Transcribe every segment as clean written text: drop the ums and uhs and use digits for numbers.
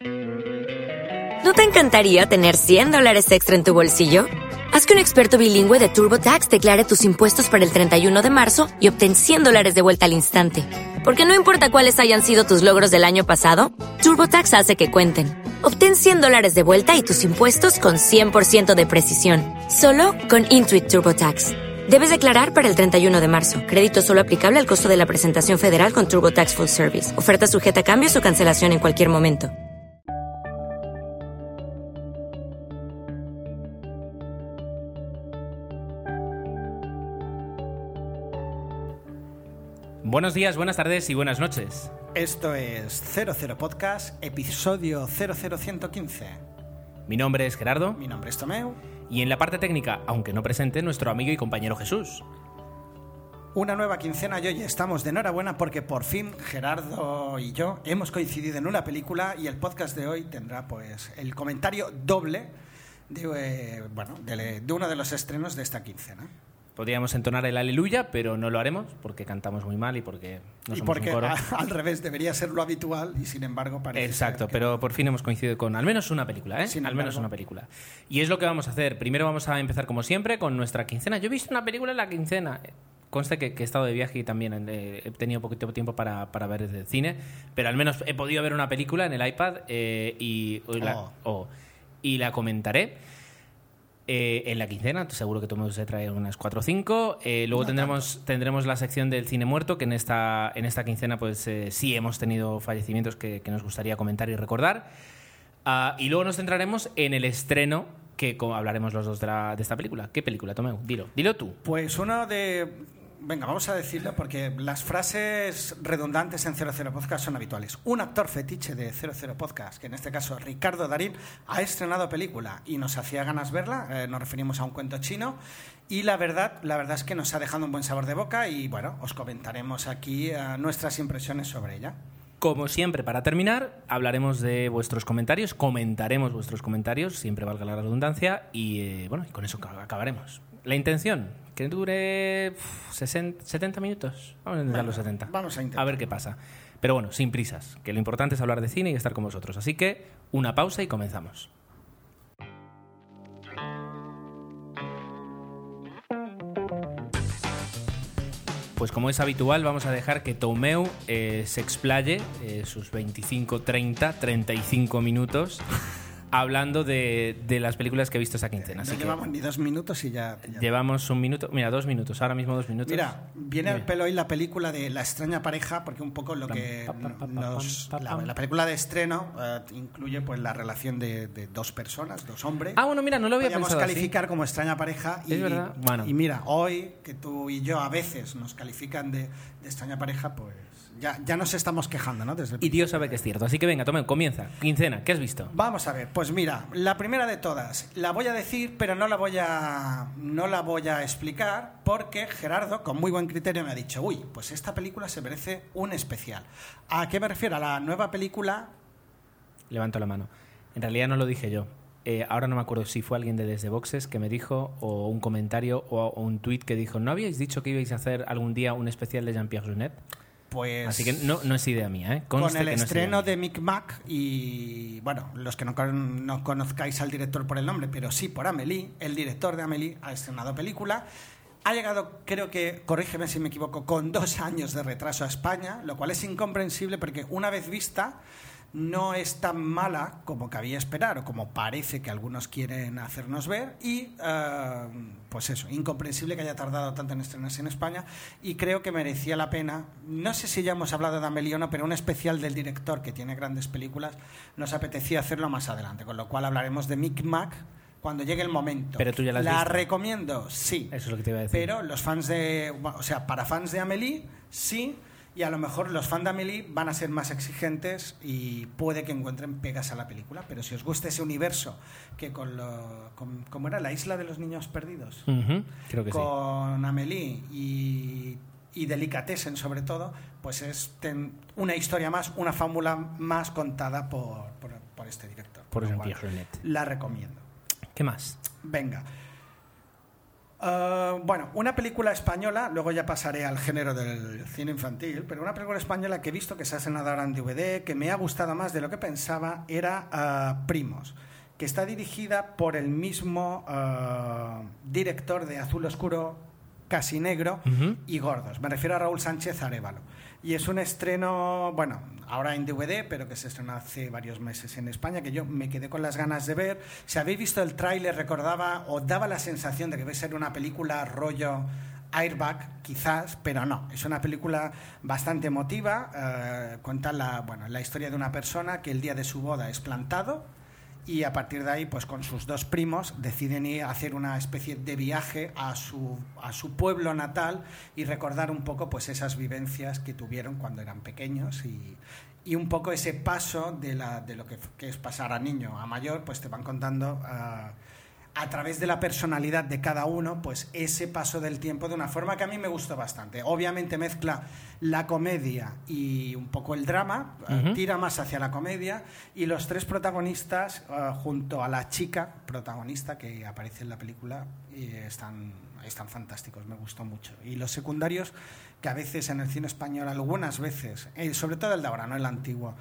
¿No te encantaría tener $100 extra en tu bolsillo? Haz que un experto bilingüe de TurboTax declare tus impuestos para el 31 de marzo y obtén $100 de vuelta al instante. Porque no importa cuáles hayan sido tus logros del año pasado, TurboTax hace que cuenten. Obtén $100 de vuelta y tus impuestos con 100% de precisión. Solo con Intuit TurboTax. Debes declarar para el 31 de marzo. Crédito solo aplicable al costo de la presentación federal con TurboTax Full Service. Oferta sujeta a cambios o cancelación en cualquier momento. Buenos días, buenas tardes y buenas noches. Esto es 00 Podcast, episodio 00115. Mi nombre es Gerardo. Mi nombre es Tomeu. Y en la parte técnica, aunque no presente, nuestro amigo y compañero Jesús. Una nueva quincena y hoy estamos de enhorabuena porque por fin Gerardo y yo hemos coincidido en una película y el podcast de hoy tendrá pues el comentario doble de uno de los estrenos de esta quincena. Podríamos entonar el aleluya, pero no lo haremos porque cantamos muy mal y porque no somos un coro. Al revés, debería ser lo habitual y sin embargo parece. Exacto, pero por fin hemos coincidido con al menos una película, ¿eh? Al menos una película. Y es lo que vamos a hacer. Primero vamos a empezar, como siempre, con nuestra quincena. Yo he visto una película en la quincena. Conste que he estado de viaje y también he tenido poquito tiempo para ver el cine, pero al menos he podido ver una película en el iPad y la comentaré. En la quincena, seguro que Tomeu se trae unas 4 o 5. Luego tendremos la sección del cine muerto, que en esta quincena pues sí hemos tenido fallecimientos que nos gustaría comentar y recordar. Y luego nos centraremos en el estreno, que hablaremos los dos de esta película. ¿Qué película, Tomeu? Dilo tú. Pues uno de... Venga, vamos a decirlo porque las frases redundantes en 00 Podcast son habituales. Un actor fetiche de 00 Podcast, que en este caso Ricardo Darín, ha estrenado película y nos hacía ganas verla. Nos referimos a Un cuento chino y la verdad es que nos ha dejado un buen sabor de boca y bueno, os comentaremos aquí nuestras impresiones sobre ella. Como siempre, para terminar, hablaremos de vuestros comentarios, comentaremos vuestros comentarios, siempre valga la redundancia, y con eso acabaremos. La intención, que dure 70 minutos. Vamos a intentar los 70. Vamos a intentar. A ver qué pasa. Pero bueno, sin prisas, que lo importante es hablar de cine y estar con vosotros. Así que, una pausa y comenzamos. Pues como es habitual, vamos a dejar que Tomeu se explaye sus 25, 30, 35 minutos hablando de las películas que he visto esta quincena. No llevamos ni 2 minutos y ya... Llevamos 1 minuto. Mira, 2 minutos. Ahora mismo 2 minutos. Mira, viene al pelo hoy la película de La extraña pareja, porque un poco lo que la película de estreno incluye pues la relación de 2 personas, 2 hombres. Bueno, mira, no lo había pensado así. Podríamos calificar como extraña pareja. Es verdad. Bueno. Y mira, hoy que tú y yo a veces nos califican de extraña pareja, pues ya nos estamos quejando, ¿no? Y Dios sabe que es cierto. Así que venga, Tomeu, comienza. Quincena, ¿qué has visto? Vamos a ver, pues mira, la primera de todas, la voy a decir, pero no la voy a explicar, porque Gerardo, con muy buen criterio, me ha dicho, pues esta película se merece un especial. ¿A qué me refiero? A la nueva película... Levanto la mano. En realidad no lo dije yo. Ahora no me acuerdo si fue alguien de Desde Boxes que me dijo, o un comentario, o un tuit que dijo, ¿no habíais dicho que ibais a hacer algún día un especial de Jean-Pierre Jeunet? Pues así que no es idea mía, ¿eh? Con el estreno de Micmac y, bueno, los que no conozcáis al director por el nombre, pero sí por Amélie, el director de Amélie ha estrenado película. Ha llegado, creo que, corrígeme si me equivoco, con 2 años de retraso a España, lo cual es incomprensible porque una vez vista no es tan mala como cabía esperar o como parece que algunos quieren hacernos ver y pues eso, incomprensible que haya tardado tanto en estrenarse en España y creo que merecía la pena. No sé si ya hemos hablado de Amélie o no, pero un especial del director que tiene grandes películas nos apetecía hacerlo más adelante, con lo cual hablaremos de Micmac cuando llegue el momento. Pero tú ya la ¿La recomiendo? Sí. Eso es lo que te iba a decir. Pero los fans para fans de Amélie, sí. Y a lo mejor los fans de Amélie van a ser más exigentes y puede que encuentren pegas a la película. Pero si os gusta ese universo que ¿cómo era? La isla de los niños perdidos. Creo que con Amélie y Delicatessen sobre todo, pues es una historia más, una fábula más contada por este director. Por Jean-Pierre Jeunet. La recomiendo. ¿Qué más? Venga. Bueno, una película española, luego ya pasaré al género del cine infantil, pero una película española que he visto que se ha estrenado ahora en DVD, que me ha gustado más de lo que pensaba, era Primos, que está dirigida por el mismo director de Azul Oscuro, Casi Negro y Gordos. Me refiero a Raúl Sánchez Arévalo. Y es un estreno, bueno, ahora en DVD, pero que se estrenó hace varios meses en España, que yo me quedé con las ganas de ver. Si habéis visto el tráiler, recordaba o daba la sensación de que va a ser una película rollo Airbag, quizás, pero no. Es una película bastante emotiva. Cuenta la historia de una persona que el día de su boda es plantado y a partir de ahí, pues con sus dos primos deciden ir a hacer una especie de viaje a su pueblo natal y recordar un poco pues esas vivencias que tuvieron cuando eran pequeños y un poco ese paso de lo que es pasar a niño a mayor, pues te van contando a través de la personalidad de cada uno, pues ese paso del tiempo de una forma que a mí me gustó bastante. Obviamente mezcla la comedia y un poco el drama, tira más hacia la comedia, y los tres protagonistas, junto a la chica protagonista que aparece en la película, están fantásticos, me gustó mucho. Y los secundarios, que a veces en el cine español, algunas veces, sobre todo el de ahora, no el antiguo,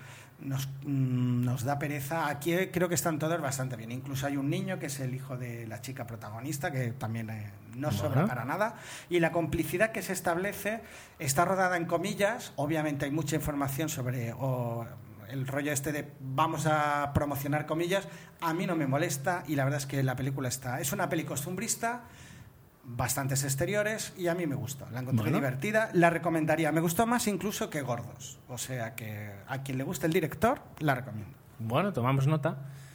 nos da pereza. Aquí creo que están todos bastante bien. Incluso hay un niño que es el hijo de la chica protagonista, que también no sobra para nada. Y la complicidad que se establece está rodada en comillas. Obviamente hay mucha información sobre el rollo este de vamos a promocionar comillas. A mí no me molesta y la verdad es que la película es una peli costumbrista, bastantes exteriores, y a mí me gustó, la encontré divertida, la recomendaría, me gustó más incluso que Gordos, o sea que a quien le guste el director la recomiendo. Bueno, tomamos nota.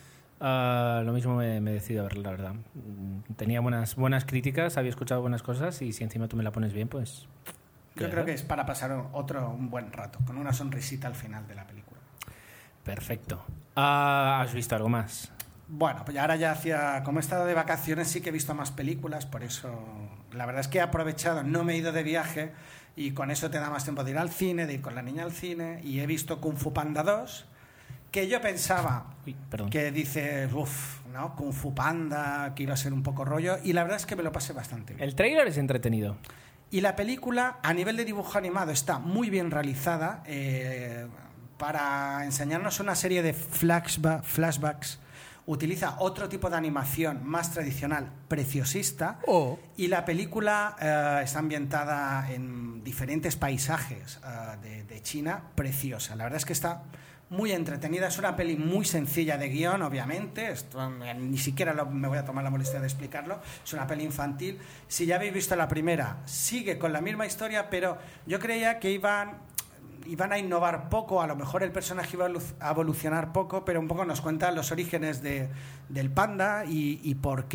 Lo mismo me decido a verla, la verdad. Tenía buenas críticas, había escuchado buenas cosas, y si encima tú me la pones bien, pues yo creo que es para pasar un buen rato, con una sonrisita al final de la película. Perfecto. ¿Has visto algo más? Bueno, pues ahora como he estado de vacaciones, sí que he visto más películas, por eso la verdad es que he aprovechado, no me he ido de viaje y con eso te da más tiempo de ir al cine, de ir con la niña al cine, y he visto Kung Fu Panda 2, que yo pensaba que dices, ¿no? Kung Fu Panda, que iba a ser un poco rollo, y la verdad es que me lo pasé bastante bien. El tráiler es entretenido. Y la película, a nivel de dibujo animado, está muy bien realizada, para enseñarnos una serie de flashbacks. Utiliza otro tipo de animación más tradicional, preciosista, y la película está ambientada en diferentes paisajes de China, preciosa. La verdad es que está muy entretenida, es una peli muy sencilla de guión, obviamente, esto, ni siquiera me voy a tomar la molestia de explicarlo, es una peli infantil. Si ya habéis visto la primera, sigue con la misma historia, pero yo creía que iban a innovar poco, a lo mejor el personaje iba a evolucionar poco, pero un poco nos cuenta los orígenes del panda y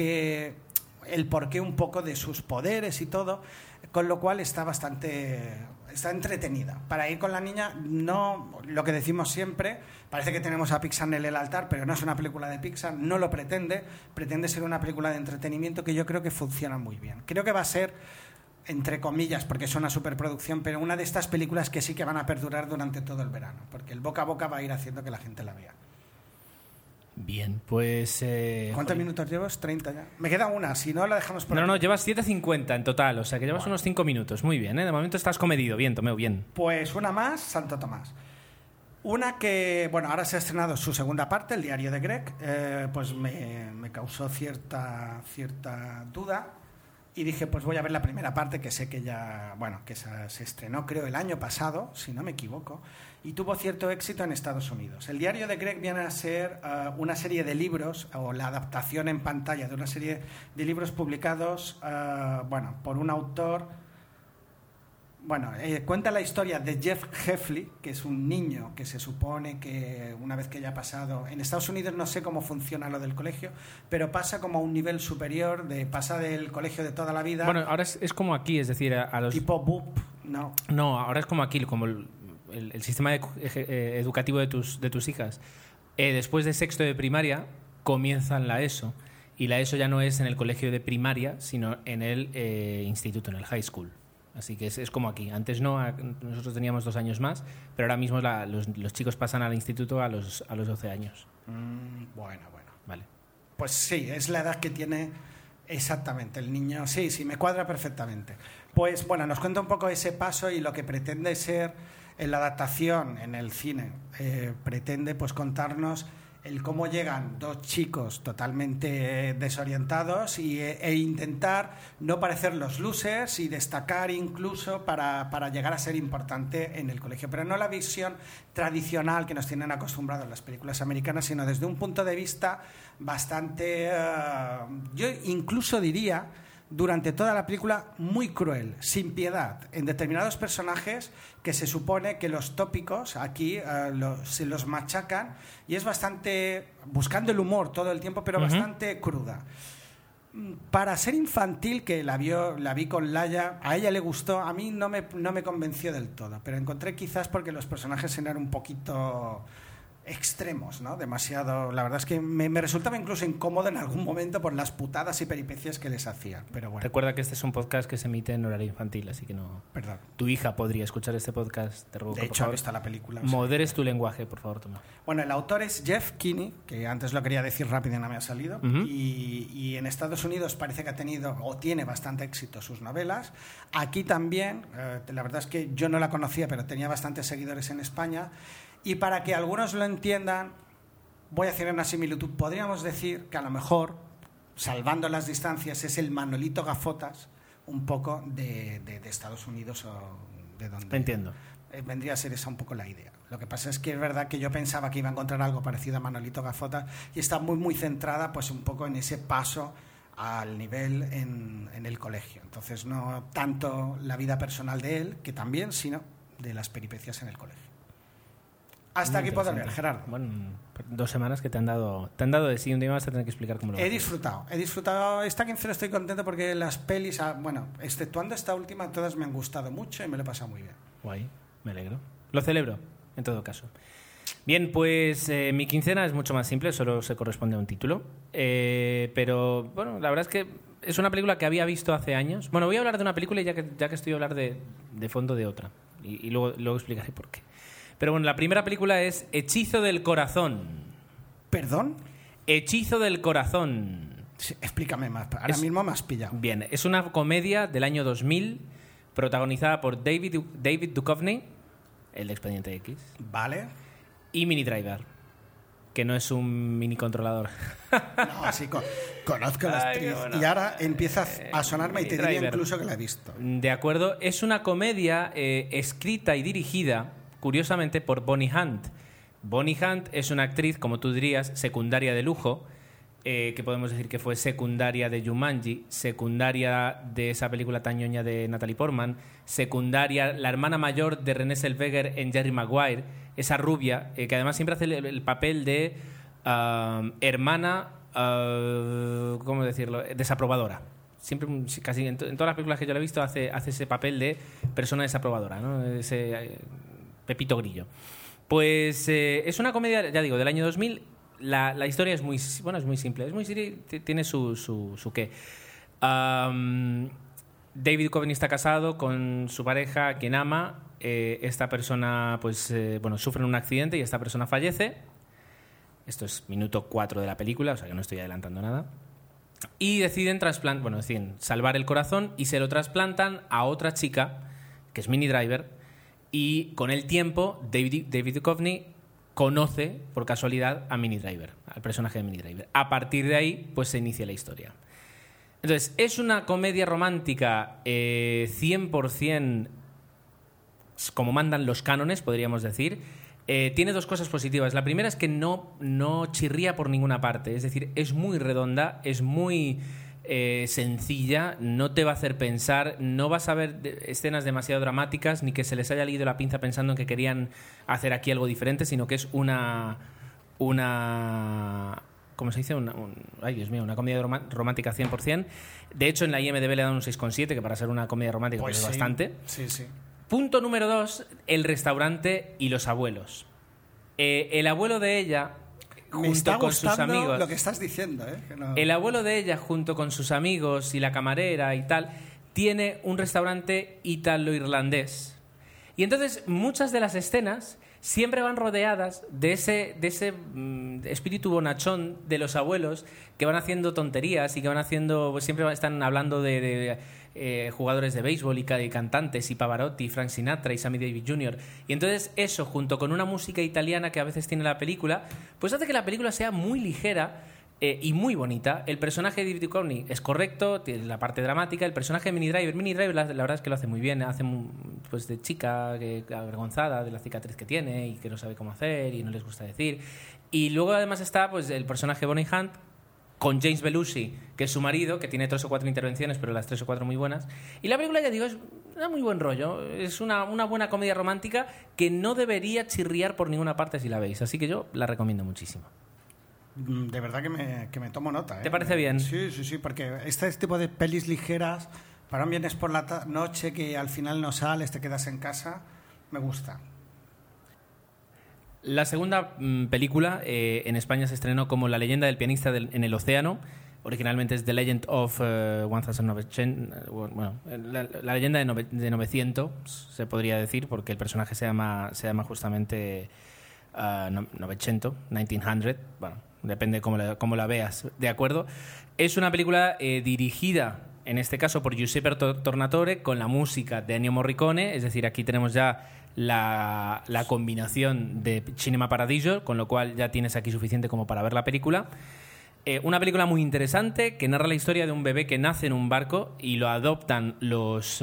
el porqué un poco de sus poderes y todo, con lo cual está entretenida. Para ir con la niña, no, lo que decimos siempre, parece que tenemos a Pixar en el altar, pero no es una película de Pixar, no lo pretende ser una película de entretenimiento que yo creo que funciona muy bien. Creo que va a ser, entre comillas, porque es una superproducción, pero una de estas películas que sí que van a perdurar durante todo el verano, porque el boca a boca va a ir haciendo que la gente la vea. Bien, pues... ¿Cuántos minutos llevas? 30 ya. Me queda una, si no la dejamos por aquí. No, llevas 7:50 en total, o sea que llevas unos 5 minutos. Muy bien, de momento estás comedido. Bien, Tomeu, bien. Pues una más, Santo Tomás. Una que, ahora se ha estrenado su segunda parte, El diario de Greg, pues me causó cierta duda. Y dije, pues voy a ver la primera parte, que sé que ya, que se estrenó, creo, el año pasado, si no me equivoco, y tuvo cierto éxito en Estados Unidos. El diario de Greg viene a ser una serie de libros, o la adaptación en pantalla de una serie de libros publicados, por un autor. Cuenta la historia de Jeff Heffley, que es un niño que se supone que una vez que haya pasado... En Estados Unidos no sé cómo funciona lo del colegio, pero pasa como a un nivel superior, pasa del colegio de toda la vida... Bueno, ahora es como aquí, es decir, a los... Tipo BUP, ¿no? No, ahora es como aquí, como el sistema educativo de tus hijas. Después de sexto de primaria comienzan la ESO, y la ESO ya no es en el colegio de primaria, sino en el instituto, en el high school. Así que es como aquí. Antes nosotros teníamos 2 años más, pero ahora mismo los chicos pasan al instituto a los 12 años. Bueno. Vale. Pues sí, es la edad que tiene Exactamente, el niño, sí, me cuadra perfectamente. Pues bueno, nos cuenta un poco ese paso y lo que pretende ser en la adaptación en el cine. Pretende pues contarnos el cómo llegan dos chicos totalmente desorientados e intentar no parecer los losers y destacar incluso para llegar a ser importante en el colegio. Pero no la visión tradicional que nos tienen acostumbrados las películas americanas, sino desde un punto de vista bastante, yo incluso diría, durante toda la película, muy cruel, sin piedad, en determinados personajes que se supone que los tópicos aquí se los machacan, y es bastante, buscando el humor todo el tiempo, pero bastante cruda. Para ser infantil, que la vi con Laia, a ella le gustó, a mí no me convenció del todo, pero encontré quizás porque los personajes eran un poquito extremos, ¿no? Demasiado. La verdad es que me resultaba incluso incómodo en algún momento por las putadas y peripecias que les hacía. Pero bueno. Recuerda que este es un podcast que se emite en horario infantil, así que no. Perdón. Tu hija podría escuchar este podcast. Te ruego, de hecho, está la película. Moderes tu lenguaje, por favor, Tomás. Bueno, el autor es Jeff Kinney, que antes lo quería decir rápido y no me ha salido. Y en Estados Unidos parece que ha tenido o tiene bastante éxito sus novelas. Aquí también, la verdad es que yo no la conocía, pero tenía bastantes seguidores en España. Y para que algunos lo entiendan, voy a hacer una similitud. Podríamos decir que a lo mejor, salvando las distancias, es el Manolito Gafotas un poco de Estados Unidos o de donde... Entiendo. Vendría a ser esa un poco la idea. Lo que pasa es que es verdad que yo pensaba que iba a encontrar algo parecido a Manolito Gafotas y está muy, muy centrada pues un poco en ese paso al nivel en el colegio. Entonces no tanto la vida personal de él, que también, sino de las peripecias en el colegio. Hasta aquí puedo leer, Gerardo. Bueno, 2 semanas que te han dado de sí. Un día más te tengo que explicar cómo lo vas a hacer. He disfrutado. Esta quincena estoy contento porque las pelis, bueno, exceptuando esta última, todas me han gustado mucho y me lo he pasado muy bien. Guay, me alegro. Lo celebro, en todo caso. Bien, pues mi quincena es mucho más simple, solo se corresponde a un título. Pero, bueno, la verdad es que es una película que había visto hace años. Bueno, voy a hablar de una película y ya que estoy a hablar de fondo de otra. Y luego explicaré por qué. Pero bueno, la primera película es Hechizo del Corazón. ¿Perdón? Hechizo del Corazón. Sí, explícame más. Ahora mismo me has pillado. Bien, es una comedia del año 2000 protagonizada por David Duchovny, el de Expediente X. Vale. Y Minnie Driver, que no es un mini controlador. No, sí, conozco a la actriz. Bueno, y ahora empieza a sonarme y te diría incluso que la he visto. De acuerdo. Es una comedia escrita y dirigida, curiosamente, por Bonnie Hunt. Bonnie Hunt es una actriz, como tú dirías, secundaria de lujo, que podemos decir que fue secundaria de Jumanji, secundaria de esa película tan ñoña de Natalie Portman, secundaria, la hermana mayor de Renée Zellweger en Jerry Maguire, esa rubia, que además siempre hace el papel de hermana, ¿cómo decirlo?, desaprobadora. Siempre, casi en todas las películas que yo la he visto, hace ese papel de persona desaprobadora, ¿no? Ese Pepito Grillo. Pues es una comedia, ya digo, del año 2000. La historia es muy simple. Es muy tiene su qué. David Duchovny está casado con su pareja, a quien ama. Esta persona sufre un accidente y esta persona fallece. Esto es minuto 4 de la película, o sea que no estoy adelantando nada. Y deciden salvar el corazón y se lo trasplantan a otra chica, que es Minnie Driver. Y con el tiempo, David Duchovny conoce, por casualidad, a Minnie Driver, al personaje de Minnie Driver. A partir de ahí, pues se inicia la historia. Entonces, es una comedia romántica 100% como mandan los cánones, podríamos decir. Tiene 2 cosas positivas. La primera es que no chirría por ninguna parte. Es decir, es muy redonda, es muy sencilla, no te va a hacer pensar, no vas a ver escenas demasiado dramáticas ni que se les haya leído la pinza pensando en que querían hacer aquí algo diferente, sino que es una ¿cómo se dice? Una comedia romántica 100%. De hecho, en la IMDb le dan un 6,7, que para ser una comedia romántica pues es bastante. Sí, sí. Punto número 2, el restaurante y los abuelos. El abuelo de ella, junto con sus amigos, lo que estás diciendo, que no... El abuelo de ella, junto con sus amigos y la camarera y tal, tiene un restaurante ítalo-irlandés. Y entonces muchas de las escenas siempre van rodeadas de ese espíritu bonachón de los abuelos que van haciendo tonterías y que van haciendo, pues siempre están hablando de jugadores de béisbol y cantantes y Pavarotti, Frank Sinatra y Sammy Davis Jr. Y entonces eso, junto con una música italiana que a veces tiene la película, pues hace que la película sea muy ligera y muy bonita. El personaje de David Duchovny es correcto, tiene la parte dramática. El personaje de Minnie Driver la verdad es que lo hace muy bien. Hace pues de chica avergonzada de la cicatriz que tiene y que no sabe cómo hacer y no les gusta decir. Y luego además está pues el personaje Bonnie Hunt con James Belushi, que es su marido, que tiene 3 o 4 intervenciones, pero las 3 o 4 muy buenas. Y la película, ya digo, es un muy buen rollo. Es una buena comedia romántica que no debería chirriar por ninguna parte si la veis. Así que yo la recomiendo muchísimo. De verdad que me tomo nota, ¿eh? ¿Te parece bien? Sí, porque este tipo de pelis ligeras, para un viernes por la noche que al final no sales, te quedas en casa, me gusta. La segunda película en España se estrenó como La leyenda del pianista en el océano. Originalmente es The Legend of 1900. Bueno, la leyenda de 900, se podría decir, porque el personaje se llama justamente 900, bueno, depende cómo la veas, ¿de acuerdo? Es una película dirigida, en este caso, por Giuseppe Tornatore, con la música de Ennio Morricone, es decir, aquí tenemos ya la combinación de Cinema Paradiso, con lo cual ya tienes aquí suficiente como para ver la película. Una película muy interesante que narra la historia de un bebé que nace en un barco y lo adoptan los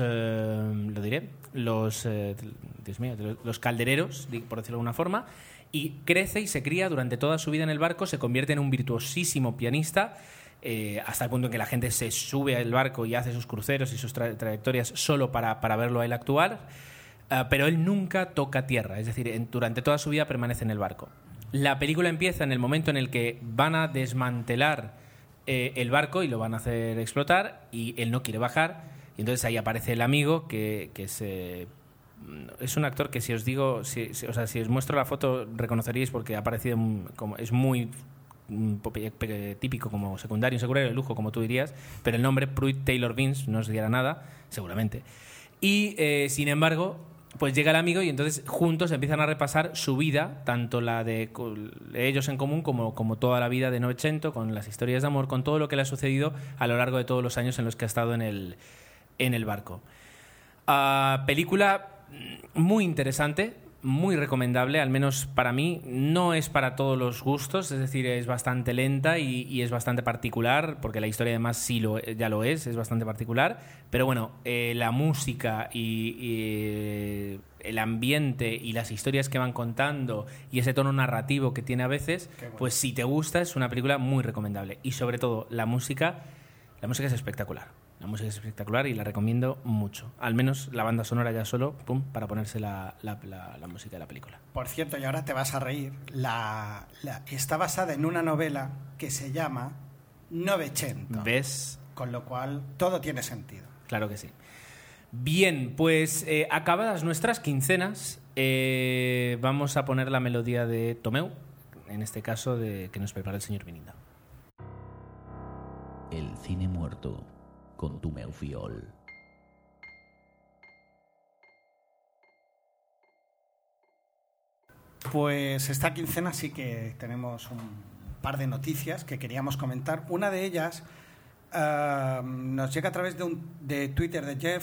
caldereros, por decirlo de alguna forma, y crece y se cría durante toda su vida en el barco, se convierte en un virtuosísimo pianista, hasta el punto en que la gente se sube al barco y hace sus cruceros y sus trayectorias solo para verlo a él actuar, pero él nunca toca tierra, es decir, durante toda su vida permanece en el barco. La película empieza en el momento en el que van a desmantelar el barco y lo van a hacer explotar y él no quiere bajar, y entonces ahí aparece el amigo que es un actor que si os digo, si os muestro la foto reconoceríais, porque ha aparecido es muy típico como secundario de lujo, como tú dirías, pero el nombre Pruitt Taylor Vince no os diera nada, seguramente. Y sin embargo, pues llega el amigo y entonces juntos empiezan a repasar su vida, tanto la de ellos en común como toda la vida de Novecento, con las historias de amor, con todo lo que le ha sucedido a lo largo de todos los años en los que ha estado en el barco. Película muy interesante, muy recomendable, al menos para mí. No es para todos los gustos, es decir, es bastante lenta y es bastante particular, porque la historia además ya lo es bastante particular, pero bueno, la música y el ambiente y las historias que van contando y ese tono narrativo que tiene a veces, bueno, pues si te gusta, es una película muy recomendable. Y sobre todo la música es espectacular. La música es espectacular y la recomiendo mucho. Al menos la banda sonora ya solo, para ponerse la música de la película. Por cierto, y ahora te vas a reír, está basada en una novela que se llama Novecento. ¿Ves? Con lo cual todo tiene sentido. Claro que sí. Bien, pues acabadas nuestras quincenas, vamos a poner la melodía de Tomeu, en este caso que nos prepara el señor Vininda. El cine muerto con Tomeu Fiol. Pues esta quincena sí que tenemos un par de noticias que queríamos comentar. Una de ellas nos llega a través de Twitter de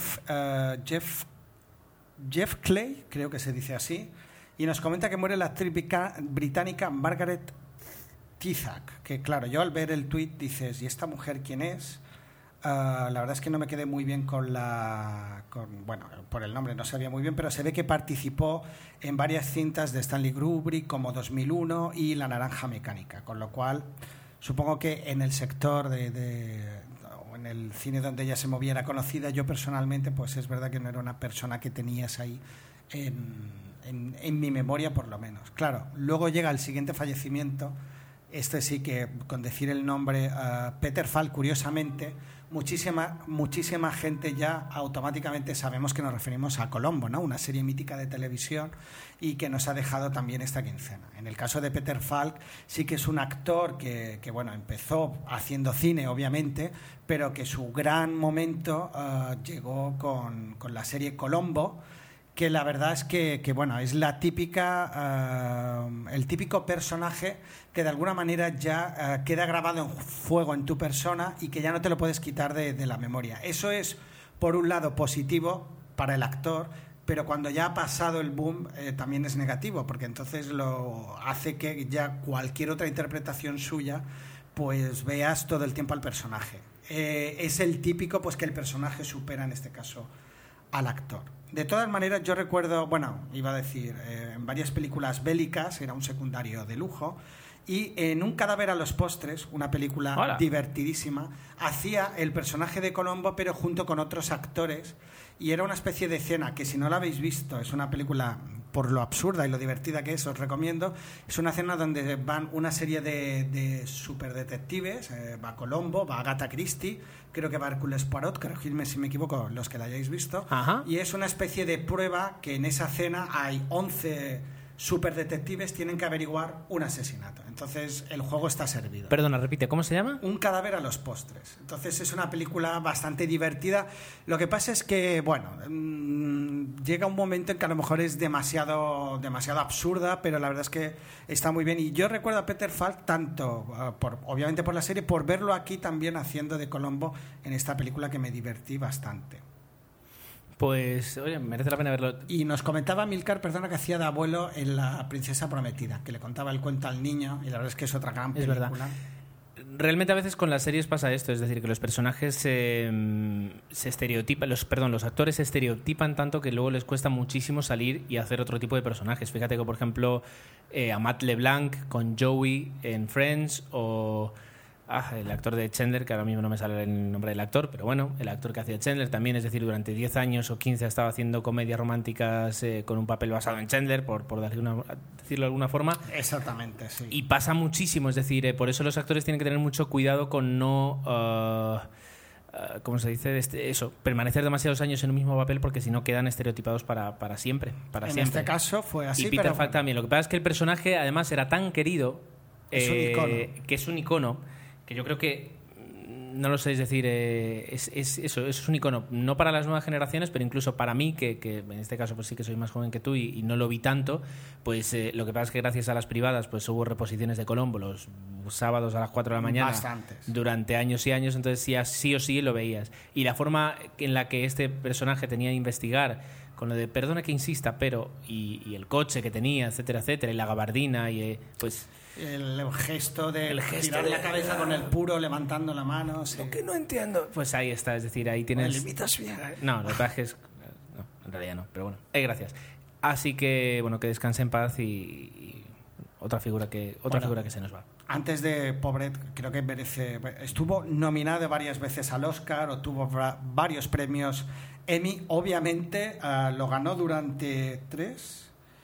Jeff Clay, creo que se dice así, y nos comenta que muere la actriz británica Margaret Tizak, que claro, yo al ver el tweet dices, ¿y esta mujer quién es? La verdad es que no me quedé muy bien bueno, por el nombre no sabía muy bien, pero se ve que participó en varias cintas de Stanley Kubrick como 2001 y La naranja mecánica, con lo cual supongo que en el sector o en el cine donde ella se moviera conocida, yo personalmente pues es verdad que no era una persona que tenías ahí en mi memoria, por lo menos. Claro, luego llega el siguiente fallecimiento. Este sí que, con decir el nombre, Peter Falk, curiosamente, muchísima gente ya automáticamente sabemos que nos referimos a Colombo, ¿no? Una serie mítica de televisión y que nos ha dejado también esta quincena. En el caso de Peter Falk, sí que es un actor que bueno, empezó haciendo cine, obviamente, pero que su gran momento llegó con la serie Colombo, que la verdad es que bueno, es la típica, el típico personaje que de alguna manera ya queda grabado en fuego en tu persona y que ya no te lo puedes quitar de la memoria. Eso es, por un lado, positivo para el actor, pero cuando ya ha pasado el boom también es negativo, porque entonces lo hace que ya cualquier otra interpretación suya pues veas todo el tiempo al personaje. Es el típico pues que el personaje supera en este caso al actor. De todas maneras, yo recuerdo, bueno, iba a decir, en varias películas bélicas, era un secundario de lujo, y en Un cadáver a los postres, una película divertidísima, hacía el personaje de Colombo, pero junto con otros actores, y era una especie de escena que, si no la habéis visto, es una película, por lo absurda y lo divertida que es, os recomiendo. Es una escena donde van una serie de superdetectives, va Colombo, va Agatha Christie, creo que va Hércules Poirot, corregidme si me equivoco, los que la hayáis visto. Ajá. Y es una especie de prueba que en esa escena hay 11 superdetectives, tienen que averiguar un asesinato. Entonces el juego está servido. Perdona, repite, ¿cómo se llama? Un cadáver a los postres. Entonces es una película bastante divertida. Lo que pasa es que, bueno, llega un momento en que a lo mejor es demasiado absurda, pero la verdad es que está muy bien. Y yo recuerdo a Peter Falk tanto, obviamente por la serie, por verlo aquí también haciendo de Colombo en esta película, que me divertí bastante. Pues, oye, merece la pena verlo. Y nos comentaba Milcar, perdona, que hacía de abuelo en La princesa prometida, que le contaba el cuento al niño, y la verdad es que es otra gran película. Es verdad. Realmente a veces con las series pasa esto, es decir, que los personajes se estereotipan, los actores se estereotipan tanto que luego les cuesta muchísimo salir y hacer otro tipo de personajes. Fíjate que, por ejemplo, a Matt LeBlanc con Joey en Friends, o el actor de Chandler, que ahora mismo no me sale el nombre del actor, pero bueno, el actor que hacía Chandler también, es decir, durante 10 años o 15 ha estado haciendo comedias románticas con un papel basado en Chandler, por decirlo de alguna forma. Exactamente, sí. Y pasa muchísimo, es decir, por eso los actores tienen que tener mucho cuidado con no... ¿cómo se dice? Eso, permanecer demasiados años en un mismo papel, porque si no quedan estereotipados para siempre. En este caso fue así. Y Peter Falk bueno, también. Lo que pasa es que el personaje además era tan querido que es un icono, que yo creo que, no lo sé, es decir, es un icono, no para las nuevas generaciones, pero incluso para mí, que en este caso pues sí que soy más joven que tú y no lo vi tanto, pues lo que pasa es que gracias a las privadas pues hubo reposiciones de Colombo los sábados a las 4 de la mañana. Bastantes. Durante años y años, entonces ya sí o sí lo veías. Y la forma en la que este personaje tenía de investigar, con lo de perdona que insista, pero y el coche que tenía, etcétera, etcétera, y la gabardina, y pues... El gesto de girar la cabeza con el puro, levantando la mano. Sí. Lo que no entiendo. Pues ahí está, es decir, ahí tienes... ¿Me limitas bien? No, lo que pasa es... No, en realidad no, pero bueno. Gracias. Así que, bueno, que descanse en paz y otra figura que se nos va. Antes de Pobret, creo que merece... Estuvo nominado varias veces al Oscar, o tuvo varios premios Emmy. Obviamente lo ganó durante 3...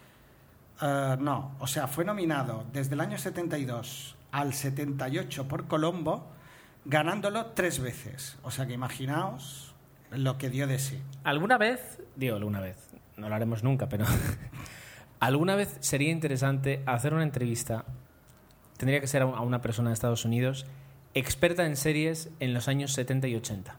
no, o sea, fue nominado desde el año 72 al 78 por Colombo, ganándolo 3 veces. O sea que imaginaos lo que dio de sí. ¿Alguna vez, no lo haremos nunca, pero alguna vez sería interesante hacer una entrevista, tendría que ser a una persona de Estados Unidos, experta en series en los años 70 y 80?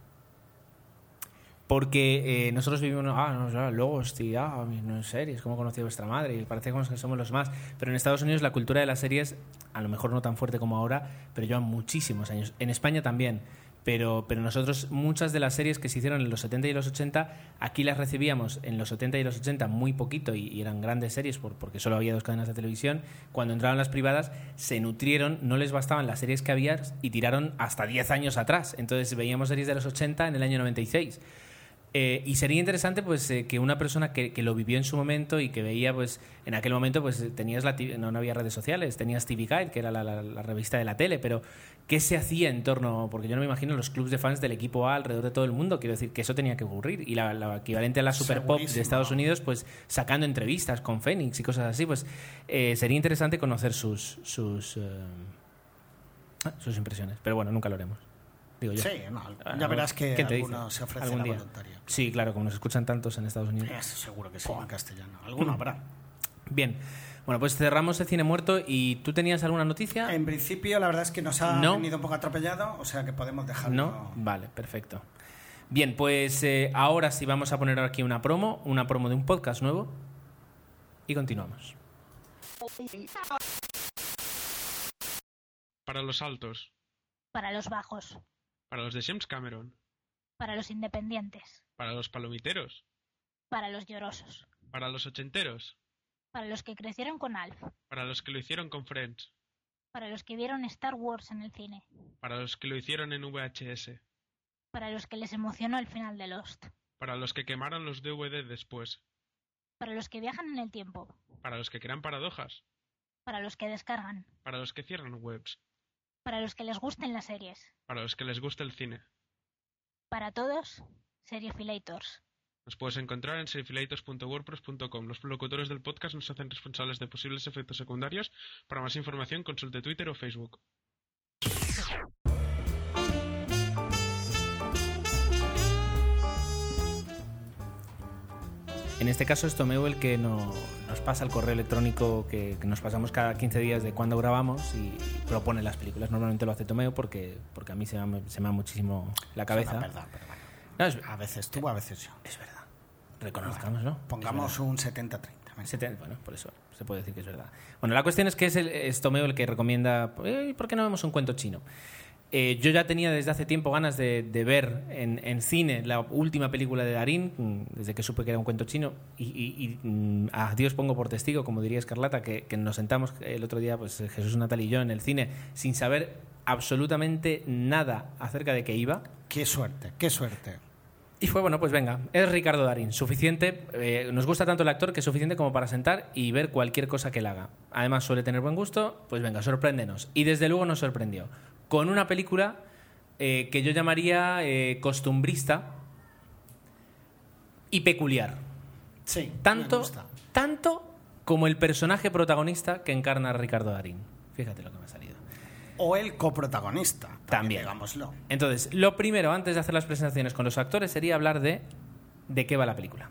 Porque nosotros vivimos, luego, hostia, no en series, ¿cómo conocí a vuestra madre? Y parece que somos los más. Pero en Estados Unidos la cultura de las series, a lo mejor no tan fuerte como ahora, pero llevan muchísimos años. En España también. Pero nosotros, muchas de las series que se hicieron en los 70 y los 80, aquí las recibíamos en los 70 y los 80 muy poquito, y eran grandes series porque solo había 2 cadenas de televisión. Cuando entraron las privadas, se nutrieron, no les bastaban las series que había y tiraron hasta 10 años atrás. Entonces veíamos series de los 80 en el año 96. Y sería interesante pues que una persona que lo vivió en su momento y que veía, pues en aquel momento pues tenías no había redes sociales, tenías TV Guide, que era la revista de la tele, pero ¿qué se hacía en torno? Porque yo no me imagino los clubs de fans del equipo A alrededor de todo el mundo. Quiero decir que eso tenía que ocurrir, y la equivalente a la Super Pop de Estados Unidos, pues sacando entrevistas con Fénix y cosas así, pues sería interesante conocer sus impresiones, pero bueno, nunca lo haremos. Digo yo. Sí, ya verás que alguno se ofrece a la voluntaria. Sí, claro, como nos escuchan tantos en Estados Unidos. Seguro que sí, en castellano. Alguno habrá. Bien. Bueno, pues cerramos el Cine Muerto. ¿Y tú tenías alguna noticia? En principio, la verdad es que nos ha venido un poco atropellado, o sea que podemos dejarlo. ¿No? Vale, perfecto. Bien, pues ahora sí vamos a poner aquí una promo de un podcast nuevo y continuamos. Para los altos. Para los bajos. Para los de James Cameron. Para los independientes. Para los palomiteros. Para los llorosos. Para los ochenteros. Para los que crecieron con Alf. Para los que lo hicieron con Friends. Para los que vieron Star Wars en el cine. Para los que lo hicieron en VHS. Para los que les emocionó el final de Lost. Para los que quemaron los DVD después. Para los que viajan en el tiempo. Para los que crean paradojas. Para los que descargan. Para los que cierran webs. Para los que les gusten las series. Para los que les gusta el cine. Para todos, Seriefilators. Nos puedes encontrar en seriefilators.wordpress.com. Los locutores del podcast nos hacen responsables de posibles efectos secundarios. Para más información, consulte Twitter o Facebook. En este caso es Tomeu el que nos pasa el correo electrónico que nos pasamos cada 15 días de cuando grabamos y propone las películas. Normalmente lo hace Tomeu porque a mí se me va muchísimo la cabeza. Perdón, pero bueno. No, A veces tú, a veces yo. Es verdad. Reconozcamos, ¿no? Pongamos un 70-30. Bueno, por eso se puede decir que es verdad. Bueno, la cuestión es que es Tomeu el que recomienda ¿por qué no vemos un cuento chino? Yo ya tenía desde hace tiempo ganas de ver en cine la última película de Darín, desde que supe que era un cuento chino, y a Dios pongo por testigo, como diría Escarlata, que nos sentamos el otro día, pues Jesús, Natal y yo, en el cine, sin saber absolutamente nada acerca de qué iba. Qué suerte, qué suerte. Y fue, bueno, pues venga, es Ricardo Darín, suficiente, nos gusta tanto el actor que es suficiente como para sentar y ver cualquier cosa que él haga. Además suele tener buen gusto, pues venga, sorpréndenos. Y desde luego nos sorprendió, con una película que yo llamaría costumbrista y peculiar. Sí, tanto como el personaje protagonista que encarna Ricardo Darín. Fíjate lo que me ha salido. O el coprotagonista, también, digámoslo. Entonces, lo primero, antes de hacer las presentaciones con los actores, sería hablar de qué va la película.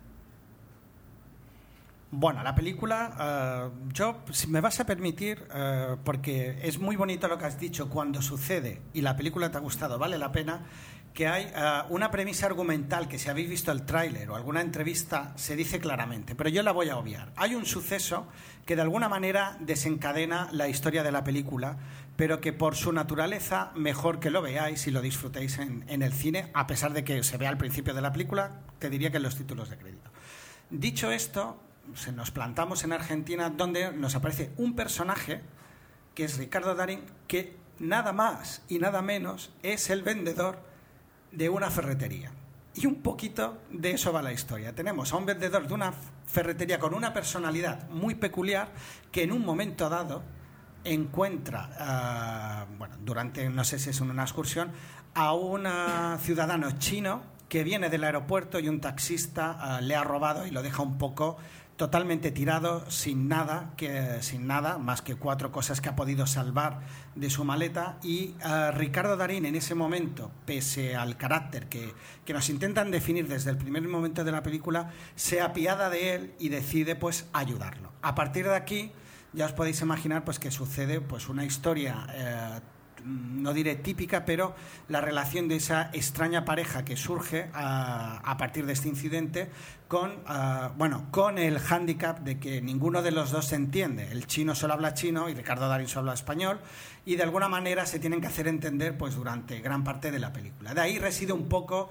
Bueno, la película, yo, si me vas a permitir, porque es muy bonito lo que has dicho, cuando sucede y la película te ha gustado, vale la pena, que hay una premisa argumental que si habéis visto el tráiler o alguna entrevista se dice claramente, pero yo la voy a obviar. Hay un suceso que de alguna manera desencadena la historia de la película, pero que por su naturaleza mejor que lo veáis y lo disfrutéis en el cine, a pesar de que se vea al principio de la película, te diría que en los títulos de crédito. Dicho esto, nos plantamos en Argentina, donde nos aparece un personaje que es Ricardo Darín, que nada más y nada menos es el vendedor de una ferretería. Y un poquito de eso va la historia. Tenemos a un vendedor de una ferretería con una personalidad muy peculiar que en un momento dado encuentra, durante, no sé si es una excursión, a un ciudadano chino que viene del aeropuerto y un taxista le ha robado y lo deja un poco totalmente tirado, sin nada más que 4 cosas que ha podido salvar de su maleta. Y Ricardo Darín, en ese momento, pese al carácter que nos intentan definir desde el primer momento de la película, se apiada de él y decide pues ayudarlo. A partir de aquí ya os podéis imaginar pues que sucede pues una historia no diré típica, pero la relación de esa extraña pareja que surge a partir de este incidente con el hándicap de que ninguno de los dos se entiende. El chino solo habla chino y Ricardo Darín solo habla español, y de alguna manera se tienen que hacer entender pues durante gran parte de la película. De ahí reside un poco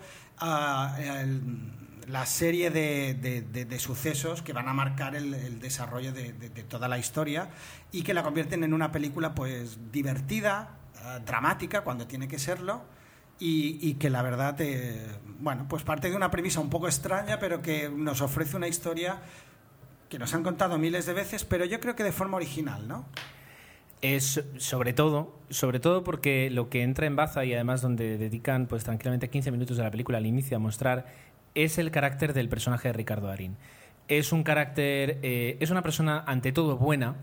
la serie de sucesos que van a marcar el desarrollo de toda la historia y que la convierten en una película pues divertida, dramática cuando tiene que serlo, y que la verdad pues parte de una premisa un poco extraña, pero que nos ofrece una historia que nos han contado miles de veces, pero yo creo que de forma original, ¿no? Es sobre todo porque lo que entra en baza, y además donde dedican pues tranquilamente 15 minutos de la película al inicio a mostrar, es el carácter del personaje de Ricardo Darín. Es un carácter, es una persona ante todo buena,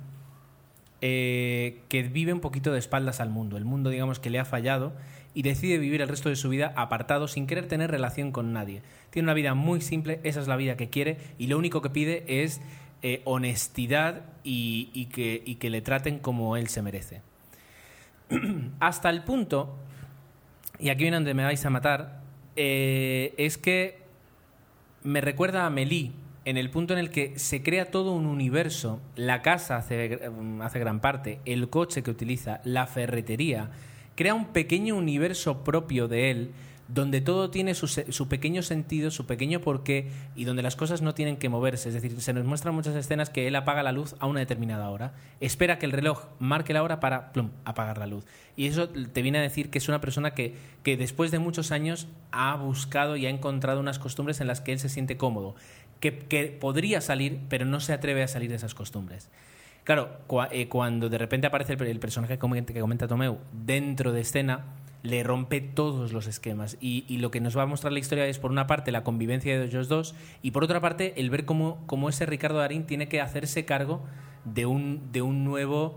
que vive un poquito de espaldas al mundo. El mundo, digamos, que le ha fallado, y decide vivir el resto de su vida apartado, sin querer tener relación con nadie. Tiene una vida muy simple, esa es la vida que quiere, y lo único que pide es honestidad y que le traten como él se merece. Hasta el punto, y aquí viene donde me vais a matar, es que me recuerda a Amélie en el punto en el que se crea todo un universo. La casa hace gran parte, el coche que utiliza, la ferretería, crea un pequeño universo propio de él, donde todo tiene su pequeño sentido, su pequeño porqué, y donde las cosas no tienen que moverse. Es decir, se nos muestran muchas escenas que él apaga la luz a una determinada hora, espera que el reloj marque la hora para apagar la luz. Y eso te viene a decir que es una persona que después de muchos años ha buscado y ha encontrado unas costumbres en las que él se siente cómodo, que podría salir, pero no se atreve a salir de esas costumbres. Claro, cuando de repente aparece el personaje que comenta Tomeu dentro de escena, le rompe todos los esquemas, y lo que nos va a mostrar la historia es, por una parte, la convivencia de ellos dos, y por otra parte, el ver cómo ese Ricardo Darín tiene que hacerse cargo de un nuevo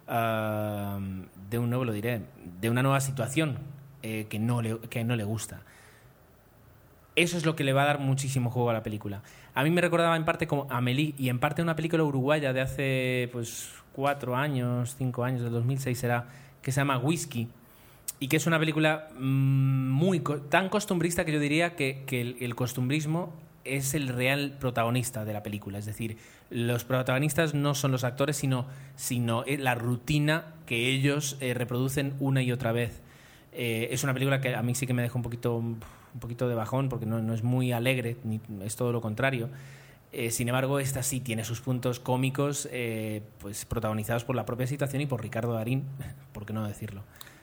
lo diré, de una nueva situación que no le gusta. Eso es lo que le va a dar muchísimo juego a la película. A mí me recordaba en parte como Amélie, y en parte una película uruguaya de hace 4 años, 5 años, del 2006 será, que se llama Whisky, y que es una película tan costumbrista que yo diría que el costumbrismo es el real protagonista de la película. Es decir, los protagonistas no son los actores, sino la rutina que ellos reproducen una y otra vez. Es una película que a mí sí que me deja un poquito de bajón, porque no es muy alegre, es todo lo contrario. Sin embargo, esta sí tiene sus puntos cómicos, pues protagonizados por la propia situación y por Ricardo Darín, ¿por qué no decirlo?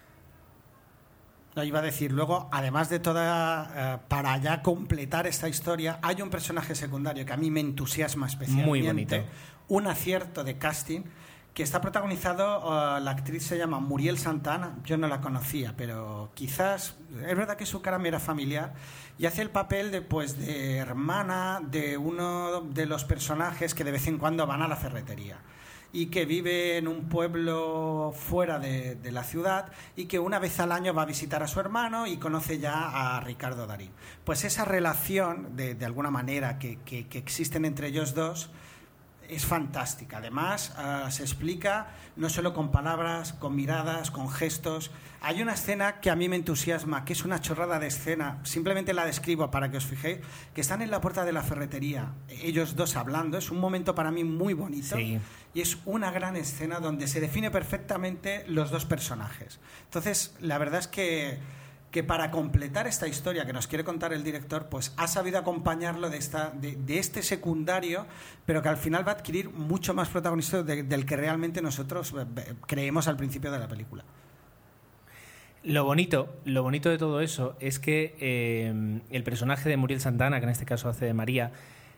No, iba a decir, luego, además de para ya completar esta historia, hay un personaje secundario que a mí me entusiasma especialmente. Muy bonito. Un acierto de casting que está protagonizado, la actriz se llama Muriel Santana, yo no la conocía, pero quizás, es verdad que su cara me era familiar, y hace el papel de hermana de uno de los personajes que de vez en cuando van a la ferretería y que vive en un pueblo fuera de la ciudad, y que una vez al año va a visitar a su hermano y conoce ya a Ricardo Darín. Pues esa relación, de alguna manera, que existen entre ellos dos, es fantástica. Además, se explica no solo con palabras, con miradas, con gestos. Hay una escena que a mí me entusiasma, que es una chorrada de escena, simplemente la describo para que os fijéis, que están en la puerta de la ferretería, ellos dos hablando. Es un momento para mí muy bonito. Sí. Y es una gran escena donde se define perfectamente los dos personajes. Entonces, la verdad es que para completar esta historia que nos quiere contar el director, pues ha sabido acompañarlo de este secundario, pero que al final va a adquirir mucho más protagonismo del que realmente nosotros creemos al principio de la película. Lo bonito de todo eso es que el personaje de Muriel Santana, que en este caso hace de María,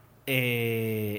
es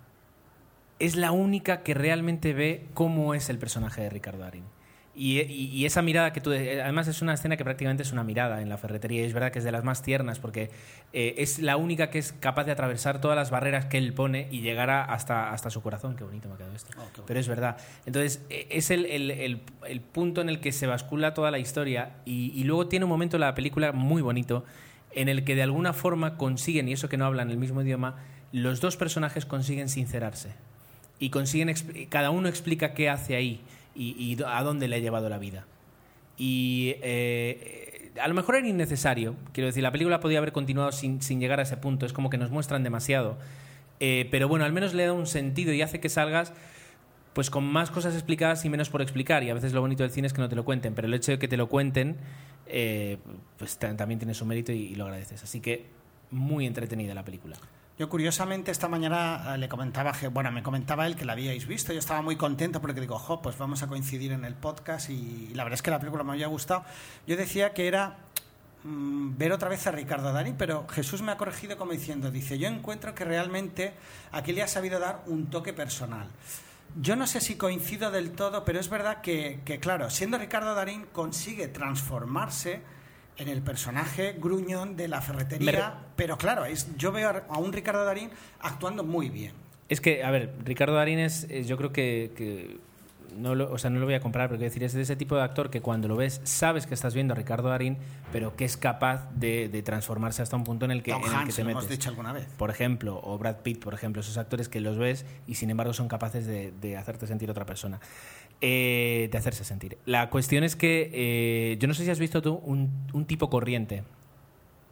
la única que realmente ve cómo es el personaje de Ricardo Darín. Y esa mirada que tú... Además es una escena que prácticamente es una mirada en la ferretería, y es verdad que es de las más tiernas, porque es la única que es capaz de atravesar todas las barreras que él pone y llegar hasta su corazón. Qué bonito me ha quedado esto. Pero es verdad. Entonces es el punto en el que se bascula toda la historia, y luego tiene un momento en la película muy bonito en el que de alguna forma consiguen, y eso que no hablan el mismo idioma, los dos personajes consiguen sincerarse y consiguen cada uno explica qué hace ahí y a dónde le ha llevado la vida. Y a lo mejor era innecesario, quiero decir, la película podía haber continuado sin llegar a ese punto, es como que nos muestran demasiado, pero bueno, al menos le da un sentido y hace que salgas pues con más cosas explicadas y menos por explicar, y a veces lo bonito del cine es que no te lo cuenten, pero el hecho de que te lo cuenten pues también tiene su mérito y lo agradeces. Así que muy entretenida la película. Yo curiosamente esta mañana me comentaba él que la habíais visto. Yo estaba muy contento porque digo, pues vamos a coincidir en el podcast, y la verdad es que la película me había gustado. Yo decía que era ver otra vez a Ricardo Darín, pero Jesús me ha corregido como diciendo, yo encuentro que realmente aquí le ha sabido dar un toque personal. Yo no sé si coincido del todo, pero es verdad que claro, siendo Ricardo Darín consigue transformarse en el personaje gruñón de la ferretería, pero claro, yo veo a un Ricardo Darín actuando muy bien. Es que, a ver, Ricardo Darín yo creo que no lo voy a comparar, pero quiero decir, es de ese tipo de actor que cuando lo ves sabes que estás viendo a Ricardo Darín, pero que es capaz de transformarse hasta un punto en el que te metes. Lo hemos dicho alguna vez. Por ejemplo, o Brad Pitt, por ejemplo, esos actores que los ves y sin embargo son capaces de hacerte sentir otra persona. De hacerse sentir. La cuestión es que yo no sé si has visto tú un tipo corriente.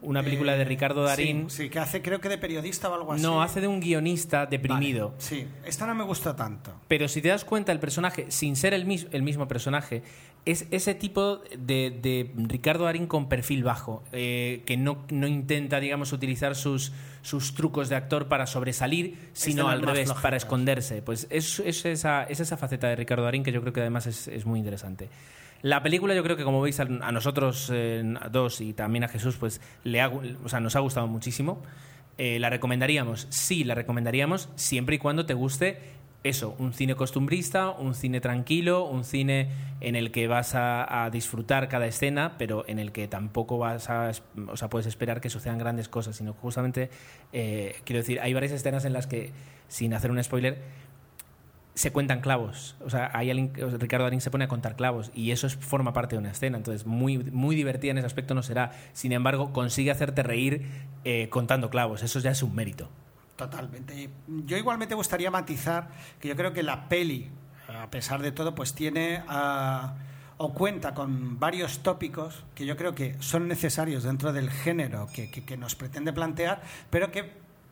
una película de Ricardo Darín. Sí, que hace creo que de periodista o algo así. No, hace de un guionista deprimido. Vale, sí, esta no me gustó tanto. Pero si te das cuenta, el personaje, sin ser el mismo personaje, es ese tipo de Ricardo Darín con perfil bajo, que no intenta, digamos, utilizar sus trucos de actor para sobresalir, sino al revés, para esconderse. Pues es esa faceta de Ricardo Darín que yo creo que además es muy interesante. La película, yo creo que, como veis, a nosotros dos y también a Jesús, pues nos ha gustado muchísimo. ¿La recomendaríamos? Sí, la recomendaríamos siempre y cuando te guste eso, un cine costumbrista, un cine tranquilo, un cine en el que vas a disfrutar cada escena, pero en el que tampoco puedes esperar que sucedan grandes cosas, sino justamente, quiero decir, hay varias escenas en las que, sin hacer un spoiler, se cuentan clavos. O sea, Ricardo Darín se pone a contar clavos y eso forma parte de una escena. Entonces, muy, muy divertida en ese aspecto no será. Sin embargo, consigue hacerte reír contando clavos. Eso ya es un mérito. Totalmente. Yo igualmente gustaría matizar que yo creo que la peli, a pesar de todo, pues tiene o cuenta con varios tópicos que yo creo que son necesarios dentro del género que nos pretende plantear, pero que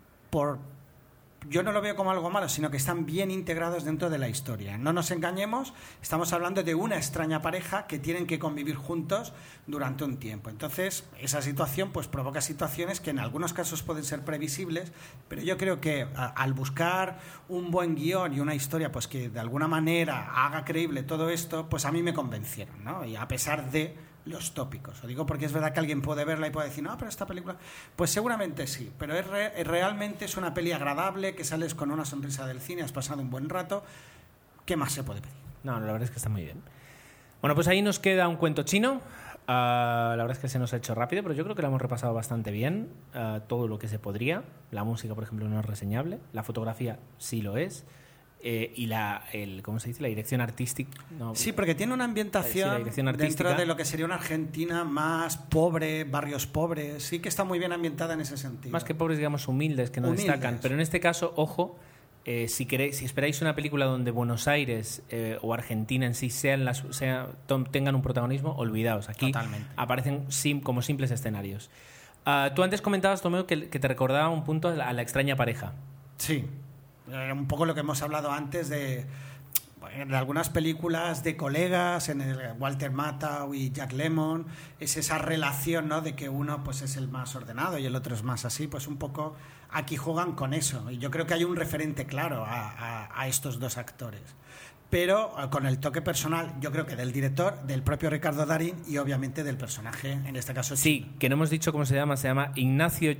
yo no lo veo como algo malo, sino que están bien integrados dentro de la historia. No nos engañemos, estamos hablando de una extraña pareja que tienen que convivir juntos durante un tiempo. Entonces, esa situación pues provoca situaciones que en algunos casos pueden ser previsibles, pero yo creo que al buscar un buen guión y una historia pues que de alguna manera haga creíble todo esto, pues a mí me convencieron, ¿no? Y a pesar de los tópicos. Lo digo porque es verdad que alguien puede verla y puede decir, no, pero esta película... Pues seguramente sí, pero realmente es una peli agradable, que sales con una sonrisa del cine, has pasado un buen rato. ¿Qué más se puede pedir? No, la verdad es que está muy bien. Bueno, pues ahí nos queda un cuento chino. La verdad es que se nos ha hecho rápido, pero yo creo que lo hemos repasado bastante bien. Todo lo que se podría. La música, por ejemplo, no es reseñable. La fotografía sí lo es. Y ¿cómo se dice? La dirección artística. No, sí, porque tiene una ambientación dentro de lo que sería una Argentina más pobre, barrios pobres. Sí que está muy bien ambientada en ese sentido. Más que pobres, digamos, humildes, que no destacan. Pero en este caso, ojo, si esperáis una película donde Buenos Aires o Argentina en sí tengan un protagonismo, olvidaos. Aquí totalmente aparecen como simples escenarios. Tú antes comentabas, Tomeo, que te recordaba un punto a la extraña pareja. Sí. Un poco lo que hemos hablado antes de algunas películas de colegas, en el Walter Matthau y Jack Lemmon, es esa relación, ¿no?, de que uno pues es el más ordenado y el otro es más así, pues un poco aquí juegan con eso. Y yo creo que hay un referente claro a estos dos actores. Pero con el toque personal, yo creo que del director, del propio Ricardo Darín y obviamente del personaje, en este caso... Sí, que no hemos dicho cómo se llama Ignacio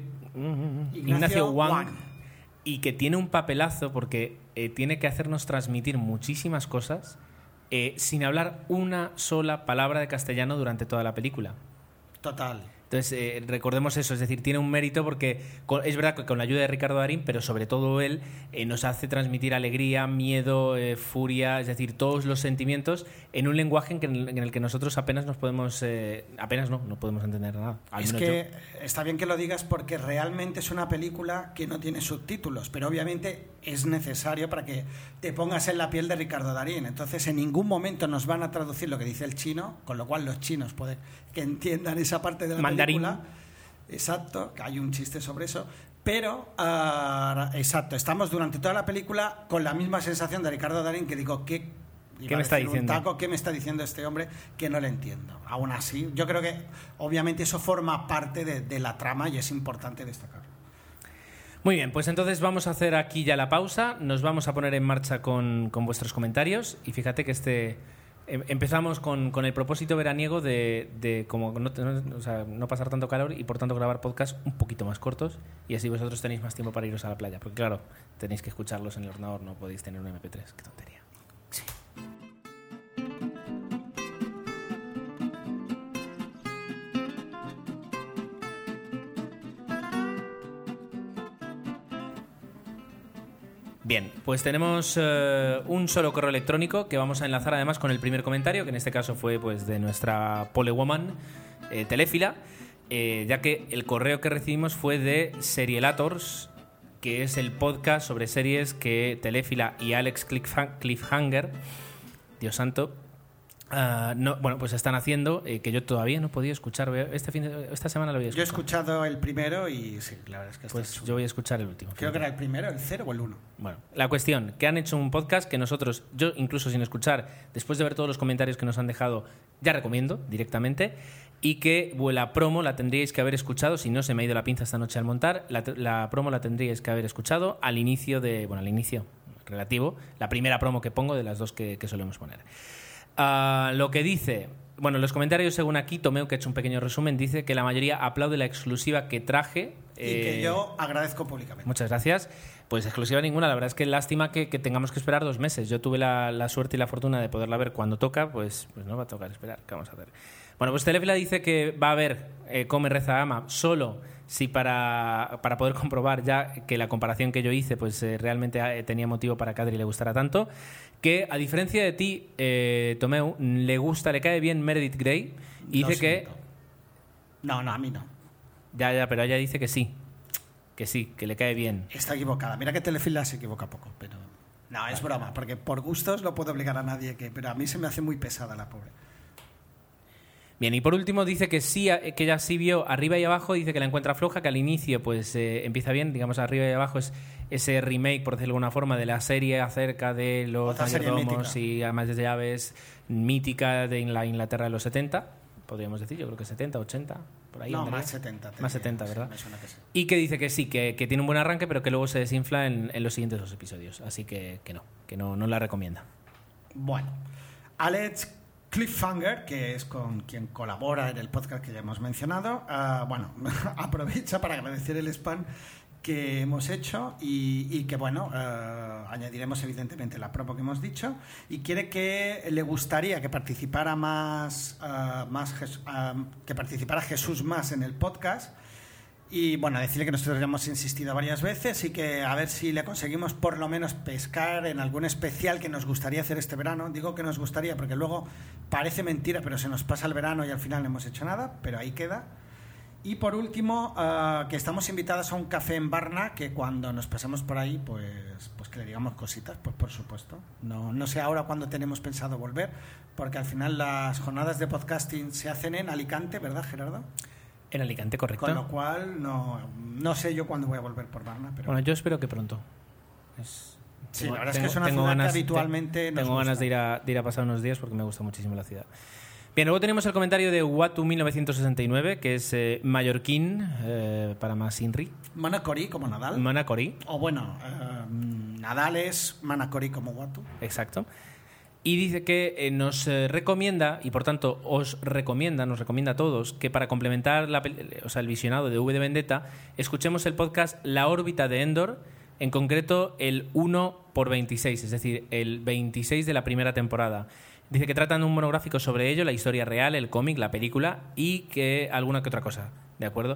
Wang. Y que tiene un papelazo porque tiene que hacernos transmitir muchísimas cosas sin hablar una sola palabra de castellano durante toda la película. Total. Entonces, recordemos eso, es decir, tiene un mérito porque es verdad que con la ayuda de Ricardo Darín, pero sobre todo él nos hace transmitir alegría, miedo, furia, es decir, todos los sentimientos en un lenguaje en el que nosotros apenas no podemos entender nada. Es que está bien que lo digas porque realmente es una película que no tiene subtítulos, pero obviamente es necesario para que te pongas en la piel de Ricardo Darín. Entonces, en ningún momento nos van a traducir lo que dice el chino, con lo cual los chinos pueden que entiendan esa parte de la película. Exacto, que hay un chiste sobre eso. Pero, exacto, estamos durante toda la película con la misma sensación de Ricardo Darín que digo, ¿qué me está diciendo? ¿Qué me está diciendo este hombre que no le entiendo? Aún así, yo creo que obviamente eso forma parte de la trama y es importante destacarlo. Muy bien, pues entonces vamos a hacer aquí ya la pausa, nos vamos a poner en marcha con vuestros comentarios y fíjate que empezamos con el propósito veraniego de como no pasar tanto calor y por tanto grabar podcasts un poquito más cortos y así vosotros tenéis más tiempo para iros a la playa, porque claro, tenéis que escucharlos en el ordenador, no podéis tener un MP3, qué tontería. Sí. Bien, pues tenemos un solo correo electrónico que vamos a enlazar además con el primer comentario, que en este caso fue pues de nuestra Polewoman Teléfila, ya que el correo que recibimos fue de Serielators, que es el podcast sobre series que Teléfila y Alex Cliffhanger, Dios santo, No, bueno, pues están haciendo que yo todavía no he podido escuchar. Esta semana lo voy a escuchar. Yo he escuchado el primero y sí, la verdad es que está Pues chulo. yo voy a escuchar el último. Creo que era el primero, el 0 o el 1. Bueno, la cuestión, que han hecho un podcast que nosotros, yo incluso sin escuchar, después de ver todos los comentarios que nos han dejado, ya recomiendo directamente, y que la promo la tendríais que haber escuchado, si no se me ha ido la pinza esta noche al montar, la promo la tendríais que haber escuchado al inicio relativo, la primera promo que pongo de las dos que solemos poner. Lo que dice, bueno, en los comentarios, según aquí, Tomeu, que ha hecho un pequeño resumen, dice que la mayoría aplaude la exclusiva que traje. Y que yo agradezco públicamente. Muchas gracias. Pues exclusiva ninguna, la verdad es que lástima que tengamos que esperar 2 meses. Yo tuve la suerte y la fortuna de poderla ver cuando toca, pues no va a tocar esperar. ¿Qué vamos a hacer? Bueno, pues Telefila dice que va a ver Come, Reza, Ama solo si para poder comprobar ya que la comparación que yo hice pues realmente tenía motivo para que a Adri le gustara tanto, que a diferencia de ti, Tomeu, le cae bien Meredith Grey y dice que... No, a mí no. Ya, pero ella dice que sí, que le cae bien. Está equivocada. Mira que Telefila se equivoca poco, pero... No, es broma, porque por gustos no puedo obligar a nadie, pero a mí se me hace muy pesada la pobre. Bien, y por último dice que sí, que ella sí vio Arriba y Abajo, dice que la encuentra floja, que al inicio pues empieza bien, digamos Arriba y Abajo es ese remake, por decirlo de alguna forma, de la serie acerca de los mayordomos y amas de llaves mítica de la Inglaterra de los 70, podríamos decir, yo creo que 70, 80, por ahí. No, más 70. Más 70, ¿verdad? Me suena que sí. Y que dice que sí, que tiene un buen arranque, pero que luego se desinfla en los siguientes 2 episodios, así que no la recomienda. Bueno, Alex Cliffhanger, que es con quien colabora en el podcast que ya hemos mencionado, aprovecha para agradecer el spam que hemos hecho y que, añadiremos evidentemente la promo que hemos dicho, y quiere que le gustaría que participara que participara Jesús más en el podcast. Y bueno, decirle que nosotros ya hemos insistido varias veces y que a ver si le conseguimos por lo menos pescar en algún especial que nos gustaría hacer este verano. Digo que nos gustaría porque luego parece mentira, pero se nos pasa el verano y al final no hemos hecho nada, pero ahí queda. Y por último, que estamos invitados a un café en Varna, que cuando nos pasemos por ahí, pues que le digamos cositas, pues por supuesto. No sé ahora cuándo tenemos pensado volver, porque al final las jornadas de podcasting se hacen en Alicante, ¿verdad, Gerardo? En Alicante, correcto. Con lo cual, no sé yo cuándo voy a volver por Varna. Pero... Bueno, yo espero que pronto. Sí, la verdad es que es una ciudad que habitualmente tengo ganas de ir a pasar unos días porque me gusta muchísimo la ciudad. Bien, luego tenemos el comentario de Watu1969, que es mallorquín, para más Inri. Manacori, como Nadal. Manacori. O bueno, Nadal es Manacori como Watu. Exacto. Y dice que nos recomienda, y por tanto nos recomienda a todos, que para complementar el visionado de V de Vendetta, escuchemos el podcast La órbita de Endor, en concreto el 1/26, es decir, el 26 de la primera temporada. Dice que tratan un monográfico sobre ello, la historia real, el cómic, la película y que alguna que otra cosa, ¿de acuerdo?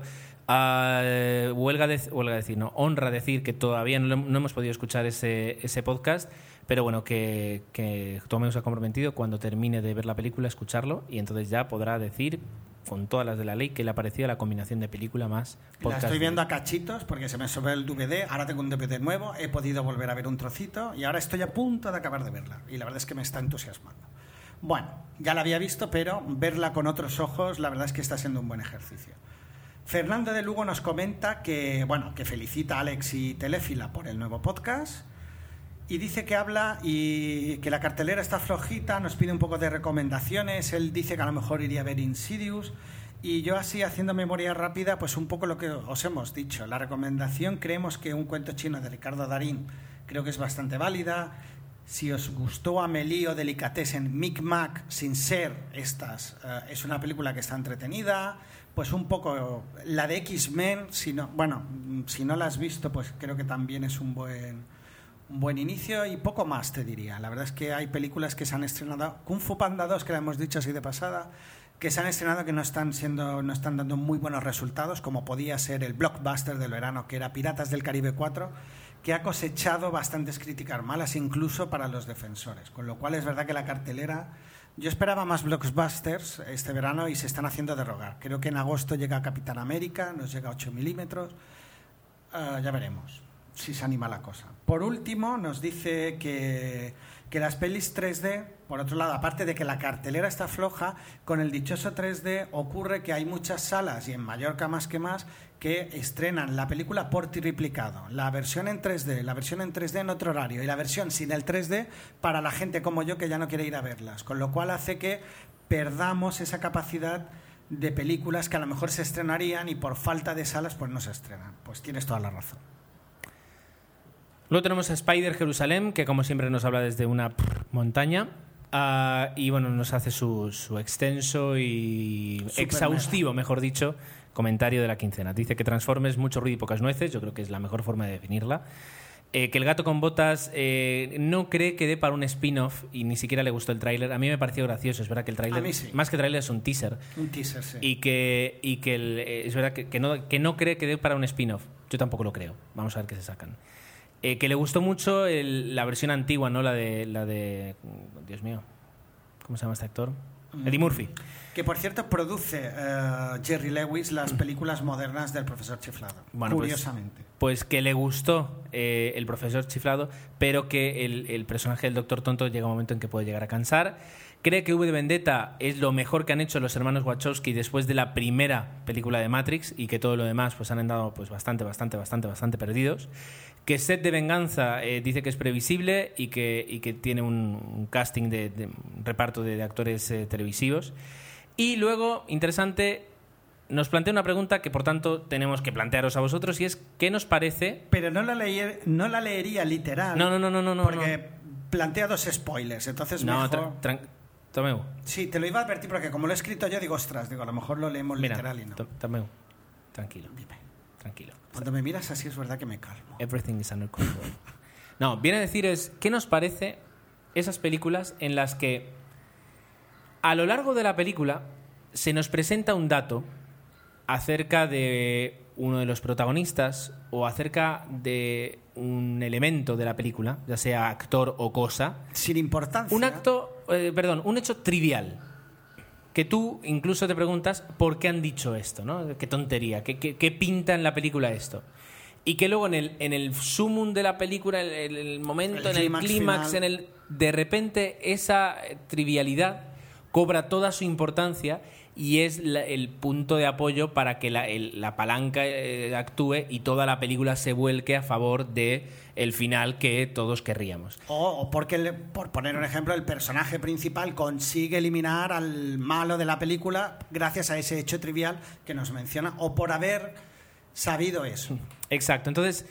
Honra decir que todavía no hemos podido escuchar ese podcast, pero bueno, que Tomeu se ha comprometido cuando termine de ver la película escucharlo y entonces ya podrá decir con todas las de la ley que le ha parecido la combinación de película más podcast. La estoy viendo a cachitos porque se me subió el DVD, ahora tengo un DVD nuevo, he podido volver a ver un trocito y ahora estoy a punto de acabar de verla y la verdad es que me está entusiasmando. Bueno, ya la había visto, pero verla con otros ojos la verdad es que está siendo un buen ejercicio. Fernando de Lugo nos comenta que felicita a Alex y Telefila por el nuevo podcast y dice que habla y que la cartelera está flojita, nos pide un poco de recomendaciones, él dice que a lo mejor iría a ver Insidious y yo así haciendo memoria rápida pues un poco lo que os hemos dicho. La recomendación, creemos que Un cuento chino de Ricardo Darín creo que es bastante válida. Si os gustó Amélie o Delicatessen, Micmac, sin ser estas, es una película que está entretenida. Pues un poco la de X-Men, si no la has visto, pues creo que también es un buen inicio y poco más te diría. La verdad es que hay películas que se han estrenado, Kung Fu Panda 2, que la hemos dicho así de pasada, que se han estrenado que no están dando muy buenos resultados, como podía ser el blockbuster del verano, que era Piratas del Caribe 4, que ha cosechado bastantes críticas malas, incluso para los defensores. Con lo cual es verdad que la cartelera... Yo esperaba más blockbusters este verano y se están haciendo de rogar. Creo que en agosto llega Capitán América, nos llega 8 milímetros. Ya veremos si se anima la cosa. Por último, nos dice que que las pelis 3D, por otro lado, aparte de que la cartelera está floja, con el dichoso 3D ocurre que hay muchas salas, y en Mallorca más, que estrenan la película por triplicado. La versión en 3D, la versión en 3D en otro horario y la versión sin el 3D para la gente como yo que ya no quiere ir a verlas. Con lo cual hace que perdamos esa capacidad de películas que a lo mejor se estrenarían y por falta de salas pues no se estrenan. Pues tienes toda la razón. Luego tenemos a Spider Jerusalén, que como siempre nos habla desde una montaña. Y bueno, nos hace su extenso y exhaustivo, mejor dicho, comentario de la quincena. Dice que Transformers, mucho ruido y pocas nueces. Yo creo que es la mejor forma de definirla. Que El gato con botas no cree que dé para un spin-off y ni siquiera le gustó el tráiler. A mí me pareció gracioso. Es verdad que el tráiler, sí. más que tráiler, es un teaser. Un teaser, sí. Y que es verdad que no cree que dé para un spin-off. Yo tampoco lo creo. Vamos a ver qué se sacan. Que le gustó mucho la versión antigua, ¿no? La de Dios mío, ¿cómo se llama este actor? Eddie Murphy. Que por cierto produce Jerry Lewis las películas modernas del Profesor Chiflado. Bueno, curiosamente. Pues que le gustó el Profesor Chiflado, pero que el personaje del Doctor Tonto llega un momento en que puede llegar a cansar. Cree que V de Vendetta es lo mejor que han hecho los hermanos Wachowski después de la primera película de Matrix, y que todo lo demás pues han andado pues bastante perdidos. Que Set de Venganza dice que es previsible y que tiene un casting de reparto de actores televisivos. Y luego, interesante, nos plantea una pregunta que por tanto tenemos que plantearos a vosotros, y es ¿qué nos parece? Pero no la leería literal. No. Porque plantea dos spoilers, entonces mejor... Tomeu. Sí, te lo iba a advertir porque como lo he escrito yo, digo, ostras, a lo mejor lo leemos literal y no. Tomeu, tranquilo. Dime. Tranquilo. Cuando me miras así es verdad que me calmo. Everything is under control. No, viene a decir ¿qué nos parece esas películas en las que a lo largo de la película se nos presenta un dato acerca de uno de los protagonistas o acerca de un elemento de la película, ya sea actor o cosa, sin importancia, un hecho trivial, que tú incluso te preguntas por qué han dicho esto, ¿no? Qué tontería, qué pinta en la película esto. Y que luego en el sumum de la película, el momento, en el clímax, de repente esa trivialidad cobra toda su importancia y es el punto de apoyo para que la palanca actúe y toda la película se vuelque a favor de el final que todos querríamos. O porque, por poner un ejemplo, el personaje principal consigue eliminar al malo de la película gracias a ese hecho trivial que nos menciona, o por haber sabido eso. Exacto. Entonces,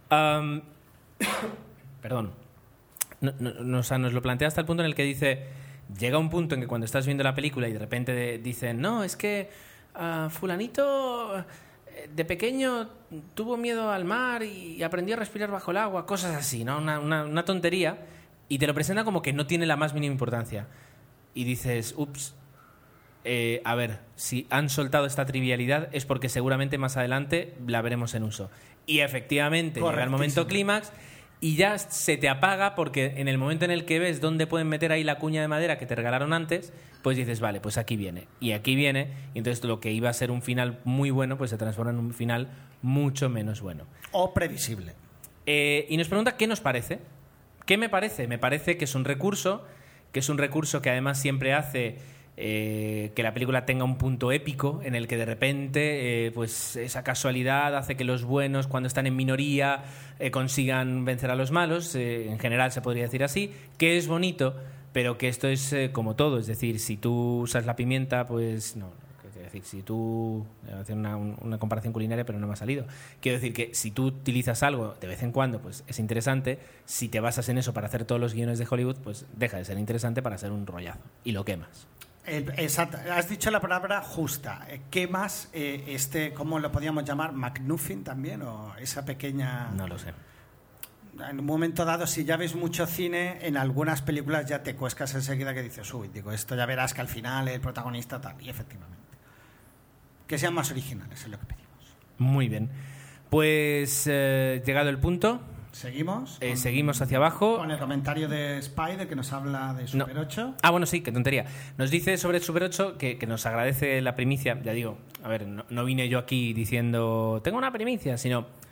perdón, nos lo plantea hasta el punto en el que dice... Llega un punto en que cuando estás viendo la película y de repente dicen, no, es que fulanito de pequeño tuvo miedo al mar y aprendió a respirar bajo el agua, cosas así, ¿no? Una tontería, y te lo presenta como que no tiene la más mínima importancia. Y dices, ups, a ver, si han soltado esta trivialidad es porque seguramente más adelante la veremos en uso. Y efectivamente llega el momento clímax y ya se te apaga, porque en el momento en el que ves dónde pueden meter ahí la cuña de madera que te regalaron antes, pues dices, vale, pues aquí viene. Y aquí viene, y entonces lo que iba a ser un final muy bueno, pues se transforma en un final mucho menos bueno. O previsible. Y nos pregunta qué nos parece. ¿Qué me parece? Me parece que es un recurso que además siempre hace que la película tenga un punto épico en el que de repente pues esa casualidad hace que los buenos, cuando están en minoría, consigan vencer a los malos. En general se podría decir así, que es bonito, pero que esto es como todo. Es decir, si tú usas la pimienta, pues no. Es decir, si tú... Voy a hacer una comparación culinaria, pero no me ha salido. Quiero decir que si tú utilizas algo de vez en cuando, pues es interesante. Si te basas en eso para hacer todos los guiones de Hollywood, pues deja de ser interesante para ser un rollazo. Y lo quemas. Exacto, has dicho la palabra justa. ¿Qué más? ¿Cómo lo podíamos llamar? ¿McNuffin también? ¿O esa pequeña...? No lo sé. En un momento dado, si ya ves mucho cine, en algunas películas ya te cuescas enseguida que dices, uy, digo, esto ya verás que al final el protagonista tal. Y efectivamente. Que sean más originales, es lo que pedimos. Muy bien. Pues llegado el punto... ¿Seguimos? Seguimos hacia abajo. Con el comentario de Spider que nos habla de Super 8. Ah, bueno, sí, qué tontería. Nos dice sobre Super 8 que nos agradece la primicia. Ya digo, a ver, no vine yo aquí diciendo tengo una primicia, sino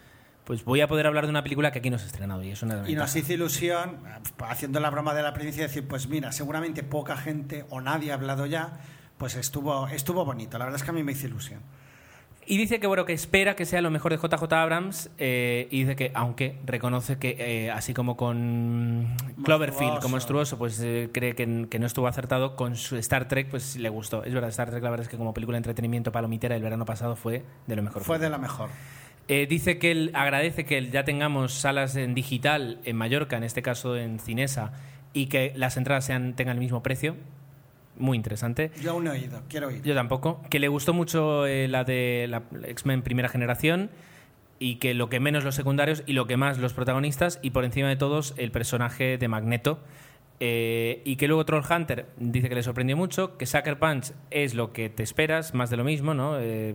pues voy a poder hablar de una película que aquí no se ha estrenado y eso nada. Y nos hizo ilusión, haciendo la broma de la primicia, decir, pues mira, seguramente poca gente o nadie ha hablado ya, pues estuvo bonito. La verdad es que a mí me hizo ilusión. Y dice que bueno, que espera que sea lo mejor de JJ Abrams, y dice que, aunque reconoce que así como con Cloverfield, como Monstruoso, pues cree que no estuvo acertado, con su Star Trek pues le gustó. Es verdad, Star Trek la verdad es que como película de entretenimiento palomitera el verano pasado fue de lo mejor. Fue de lo mejor. Dice que él agradece que ya tengamos salas en digital en Mallorca, en este caso en Cinesa, y que las entradas tengan el mismo precio. Muy interesante. Yo aún no he oído, quiero oír. Yo tampoco. Que le gustó mucho la de la X-Men Primera Generación, y que lo que menos los secundarios y lo que más los protagonistas, y por encima de todos el personaje de Magneto. Y que luego Trollhunter dice que le sorprendió mucho, que Sucker Punch es lo que te esperas, más de lo mismo, ¿no?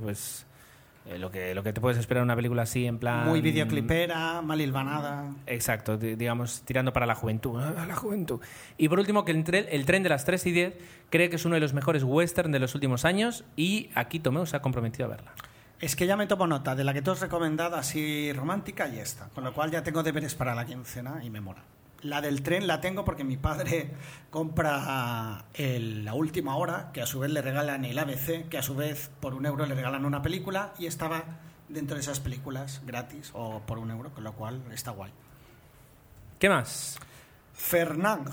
Lo que te puedes esperar en una película así, en plan... Muy videoclipera, mal hilvanada. Exacto, digamos, tirando para la juventud. La juventud. Y por último, que el tren de las 3:10 cree que es uno de los mejores western de los últimos años, y aquí Tomeu se ha comprometido a verla. Es que ya me tomo nota de la que tú has recomendado, así romántica, y esta. Con lo cual ya tengo deberes para la quincena y me mola. La del tren la tengo porque mi padre compra La Última Hora, que a su vez le regalan el ABC, que a su vez por €1 le regalan una película, y estaba dentro de esas películas gratis o por €1, con lo cual está guay. ¿Qué más? Fernán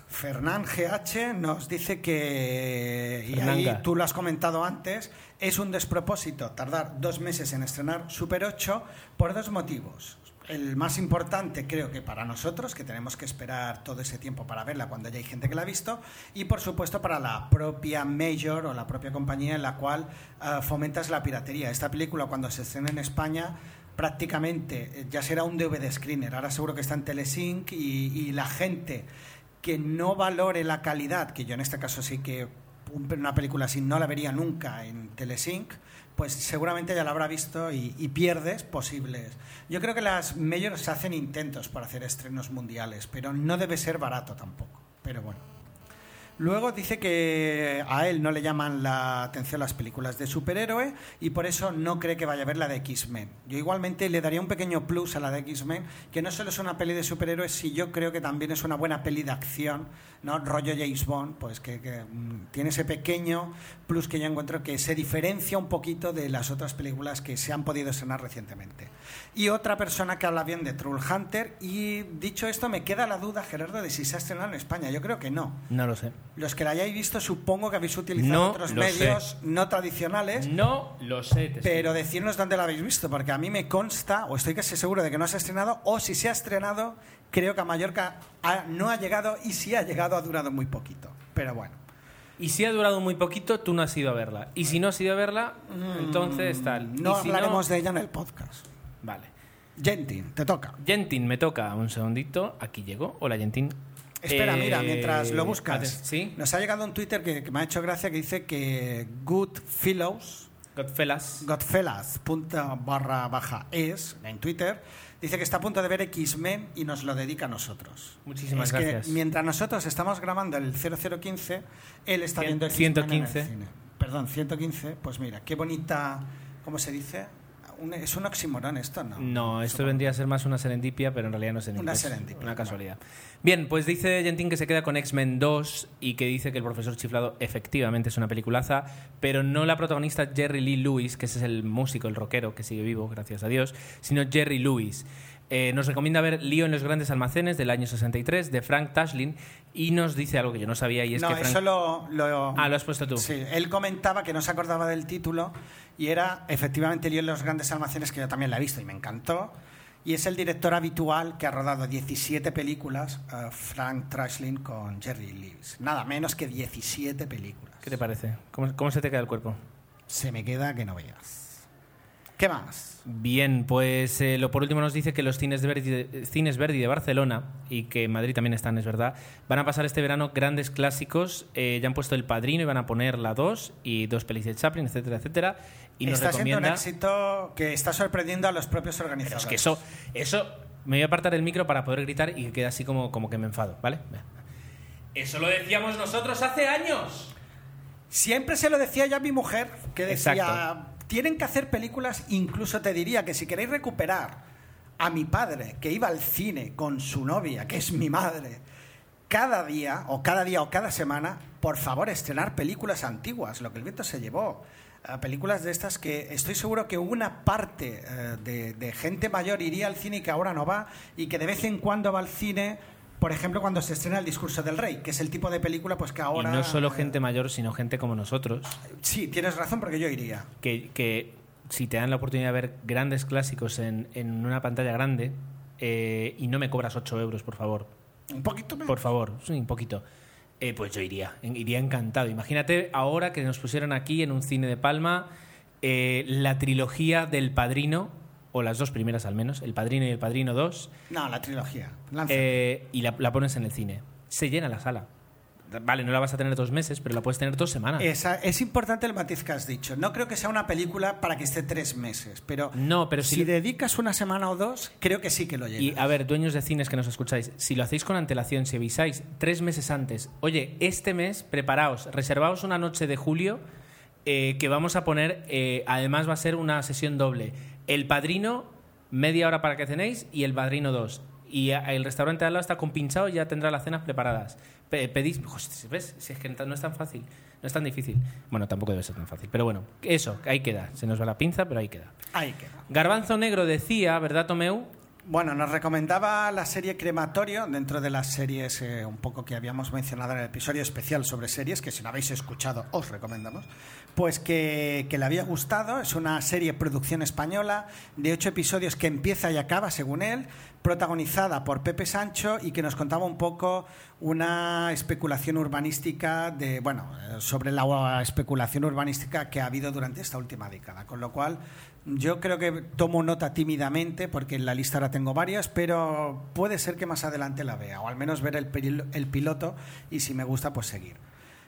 GH nos dice que, y ahí tú lo has comentado antes, es un despropósito tardar 2 meses en estrenar Super 8 por 2 motivos. El más importante, creo que para nosotros, que tenemos que esperar todo ese tiempo para verla cuando ya hay gente que la ha visto, y por supuesto para la propia Major o la propia compañía en la cual fomentas la piratería. Esta película, cuando se estrene en España, prácticamente ya será un DVD screener. Ahora seguro que está en Telesync, y la gente que no valore la calidad, que yo en este caso sí que una película así no la vería nunca en Telesync, pues seguramente ya la habrá visto y pierdes posibles. Yo creo que las majors hacen intentos para hacer estrenos mundiales, pero no debe ser barato tampoco. Pero bueno. Luego dice que a él no le llaman la atención las películas de superhéroe y por eso no cree que vaya a ver la de X-Men. Yo igualmente le daría un pequeño plus a la de X-Men, que no solo es una peli de superhéroes, si yo creo que también es una buena peli de acción, ¿no? Rollo James Bond, pues que tiene ese pequeño plus que yo encuentro que se diferencia un poquito de las otras películas que se han podido estrenar recientemente. Y otra persona que habla bien de Trollhunter, y dicho esto me queda la duda, Gerardo, de si se ha estrenado en España. Yo creo que no. No lo sé. Los que la hayáis visto, supongo que habéis utilizado otros medios no tradicionales. No lo sé. Pero decirnos dónde la habéis visto, porque a mí me consta, o estoy casi seguro de que no se ha estrenado, o si se ha estrenado, creo que a Mallorca no ha llegado, y si ha llegado ha durado muy poquito. Pero bueno. Y si ha durado muy poquito, tú no has ido a verla. Y si no has ido a verla, entonces tal. No hablaremos de ella en el podcast. Vale. Gentin, te toca. Gentin, me toca. Un segundito. Aquí llego. Hola, Gentin. Espera, mira, mientras lo buscas. ¿Sí? Nos ha llegado un Twitter que me ha hecho gracia, que dice que Godfellas /es en Twitter, dice que está a punto de ver X-Men y nos lo dedica a nosotros. Muchísimas gracias. Que mientras nosotros estamos grabando el 0015, él está viendo X-Men 115. en el cine. Perdón, 115. Pues mira, qué bonita, ¿cómo se dice? Es un oxímoron esto, ¿no? No, esto vendría a ser más una serendipia, pero en realidad no es una serendipia. Una casualidad. Bien, pues dice Gentin que se queda con X-Men 2 y que dice que El Profesor Chiflado efectivamente es una peliculaza, pero no la protagonista Jerry Lee Lewis, que ese es el músico, el rockero que sigue vivo, gracias a Dios, sino Jerry Lewis. Nos recomienda ver Lío en los grandes almacenes del año 63 de Frank Tashlin y nos dice algo que yo no sabía y es que Frank... eso lo has puesto tú. Sí, él comentaba que no se acordaba del título y era efectivamente Lío en los grandes almacenes, que yo también la he visto y me encantó, y es el director habitual que ha rodado 17 películas, Frank Tashlin con Jerry Lewis, nada menos que 17 películas. ¿Qué te parece? ¿Cómo se te queda el cuerpo? Se me queda que no veas. ¿Qué más? Bien, pues por último nos dice que los cines Verdi de Barcelona, y que en Madrid también están, es verdad, van a pasar este verano grandes clásicos. Ya han puesto El Padrino y van a poner La 2 y 2 pelis de Chaplin, etcétera, etcétera. Y nos recomienda... Está siendo un éxito que está sorprendiendo a los propios organizadores. Pero es que eso me voy a apartar el micro para poder gritar y que quede así como que me enfado, ¿vale? Eso lo decíamos nosotros hace años. Siempre se lo decía ya a mi mujer, que decía... Exacto. Tienen que hacer películas, incluso te diría que si queréis recuperar a mi padre, que iba al cine con su novia, que es mi madre, cada día o cada semana, por favor, estrenar películas antiguas, lo que el viento se llevó. Películas de estas que estoy seguro que una parte de gente mayor iría al cine y que ahora no va, y que de vez en cuando va al cine, por ejemplo, cuando se estrena El discurso del rey, que es el tipo de película pues que ahora... Y no solo gente mayor, sino gente como nosotros. Sí, tienes razón, porque yo iría. Que si te dan la oportunidad de ver grandes clásicos en una pantalla grande y no me cobras 8 euros, por favor. Un poquito menos. Por favor, sí, un poquito. Pues yo iría encantado. Imagínate ahora que nos pusieran aquí en un cine de Palma la trilogía del Padrino, o las dos primeras al menos, El Padrino y El Padrino 2. No, la trilogía. Y la pones en el cine. Se llena la sala. Vale, no la vas a tener 2 meses, pero la puedes tener 2 semanas. Es importante el matiz que has dicho. No creo que sea una película para que esté 3 meses, pero, no, pero si dedicas una semana o 2, creo que sí que lo llenas. Y a ver, dueños de cines que nos escucháis, si lo hacéis con antelación, si avisáis 3 meses antes, oye, este mes preparaos, reservaos una noche de julio que vamos a poner, además va a ser una sesión doble. El Padrino, media hora para que cenéis, y El Padrino 2. Y el restaurante de al lado está compinchado y ya tendrá las cenas preparadas. Pedís, ¿ves? Si es que no es tan fácil, no es tan difícil. Bueno, tampoco debe ser tan fácil, pero bueno, eso, ahí queda. Se nos va la pinza, pero ahí queda. Ahí queda. Garbanzo Negro decía, ¿verdad, Tomeu? Bueno, nos recomendaba la serie Crematorio, dentro de las series un poco que habíamos mencionado en el episodio especial sobre series, que si no habéis escuchado os recomendamos, pues que le había gustado. Es una serie producción española de 8 episodios que empieza y acaba, según él, protagonizada por Pepe Sancho, y que nos contaba un poco una especulación urbanística sobre la especulación urbanística que ha habido durante esta última década, con lo cual yo creo que tomo nota tímidamente, porque en la lista ahora tengo varias, pero puede ser que más adelante la vea, o al menos ver el piloto, y si me gusta, pues seguir.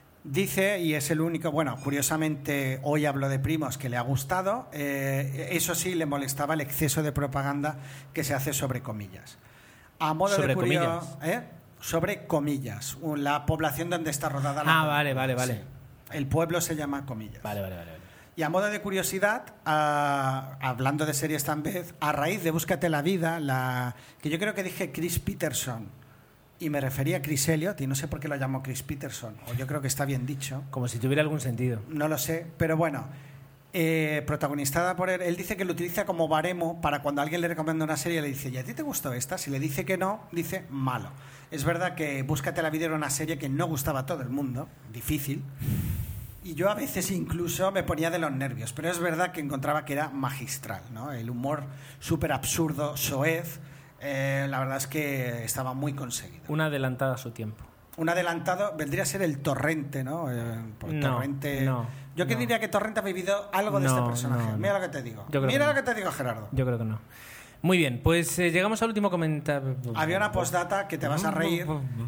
Dice, y es el único, curiosamente hoy hablo de Primos, que le ha gustado, eso sí, le molestaba el exceso de propaganda que se hace sobre comillas. A modo ¿Sobre de comillas? Sobre Comillas, la población donde está rodada la película. Vale. Sí. El pueblo se llama Comillas. Vale. Y a modo de curiosidad, hablando de series también, a raíz de Búscate la vida, que yo creo que dije Chris Peterson, y me refería a Chris Elliott, y no sé por qué lo llamo Chris Peterson, o yo creo que está bien dicho. Como si tuviera algún sentido. No lo sé, pero bueno, protagonizada por él dice que lo utiliza como baremo para cuando alguien le recomienda una serie, le dice, ¿y a ti te gustó esta? Si le dice que no, dice malo. Es verdad que Búscate la vida era una serie que no gustaba a todo el mundo, difícil, y yo a veces incluso me ponía de los nervios, pero es verdad que encontraba que era magistral, ¿no? El humor súper absurdo, soez. La verdad es que estaba muy conseguido. Una adelantada a su tiempo. Un adelantado vendría a ser el Torrente, ¿no? Torrente. Yo diría que Torrente ha vivido algo de este personaje. Mira lo que te digo. Mira lo que te digo, Gerardo. Yo creo que no. Muy bien, pues llegamos al último comentario. Había una postdata que te vas a reír.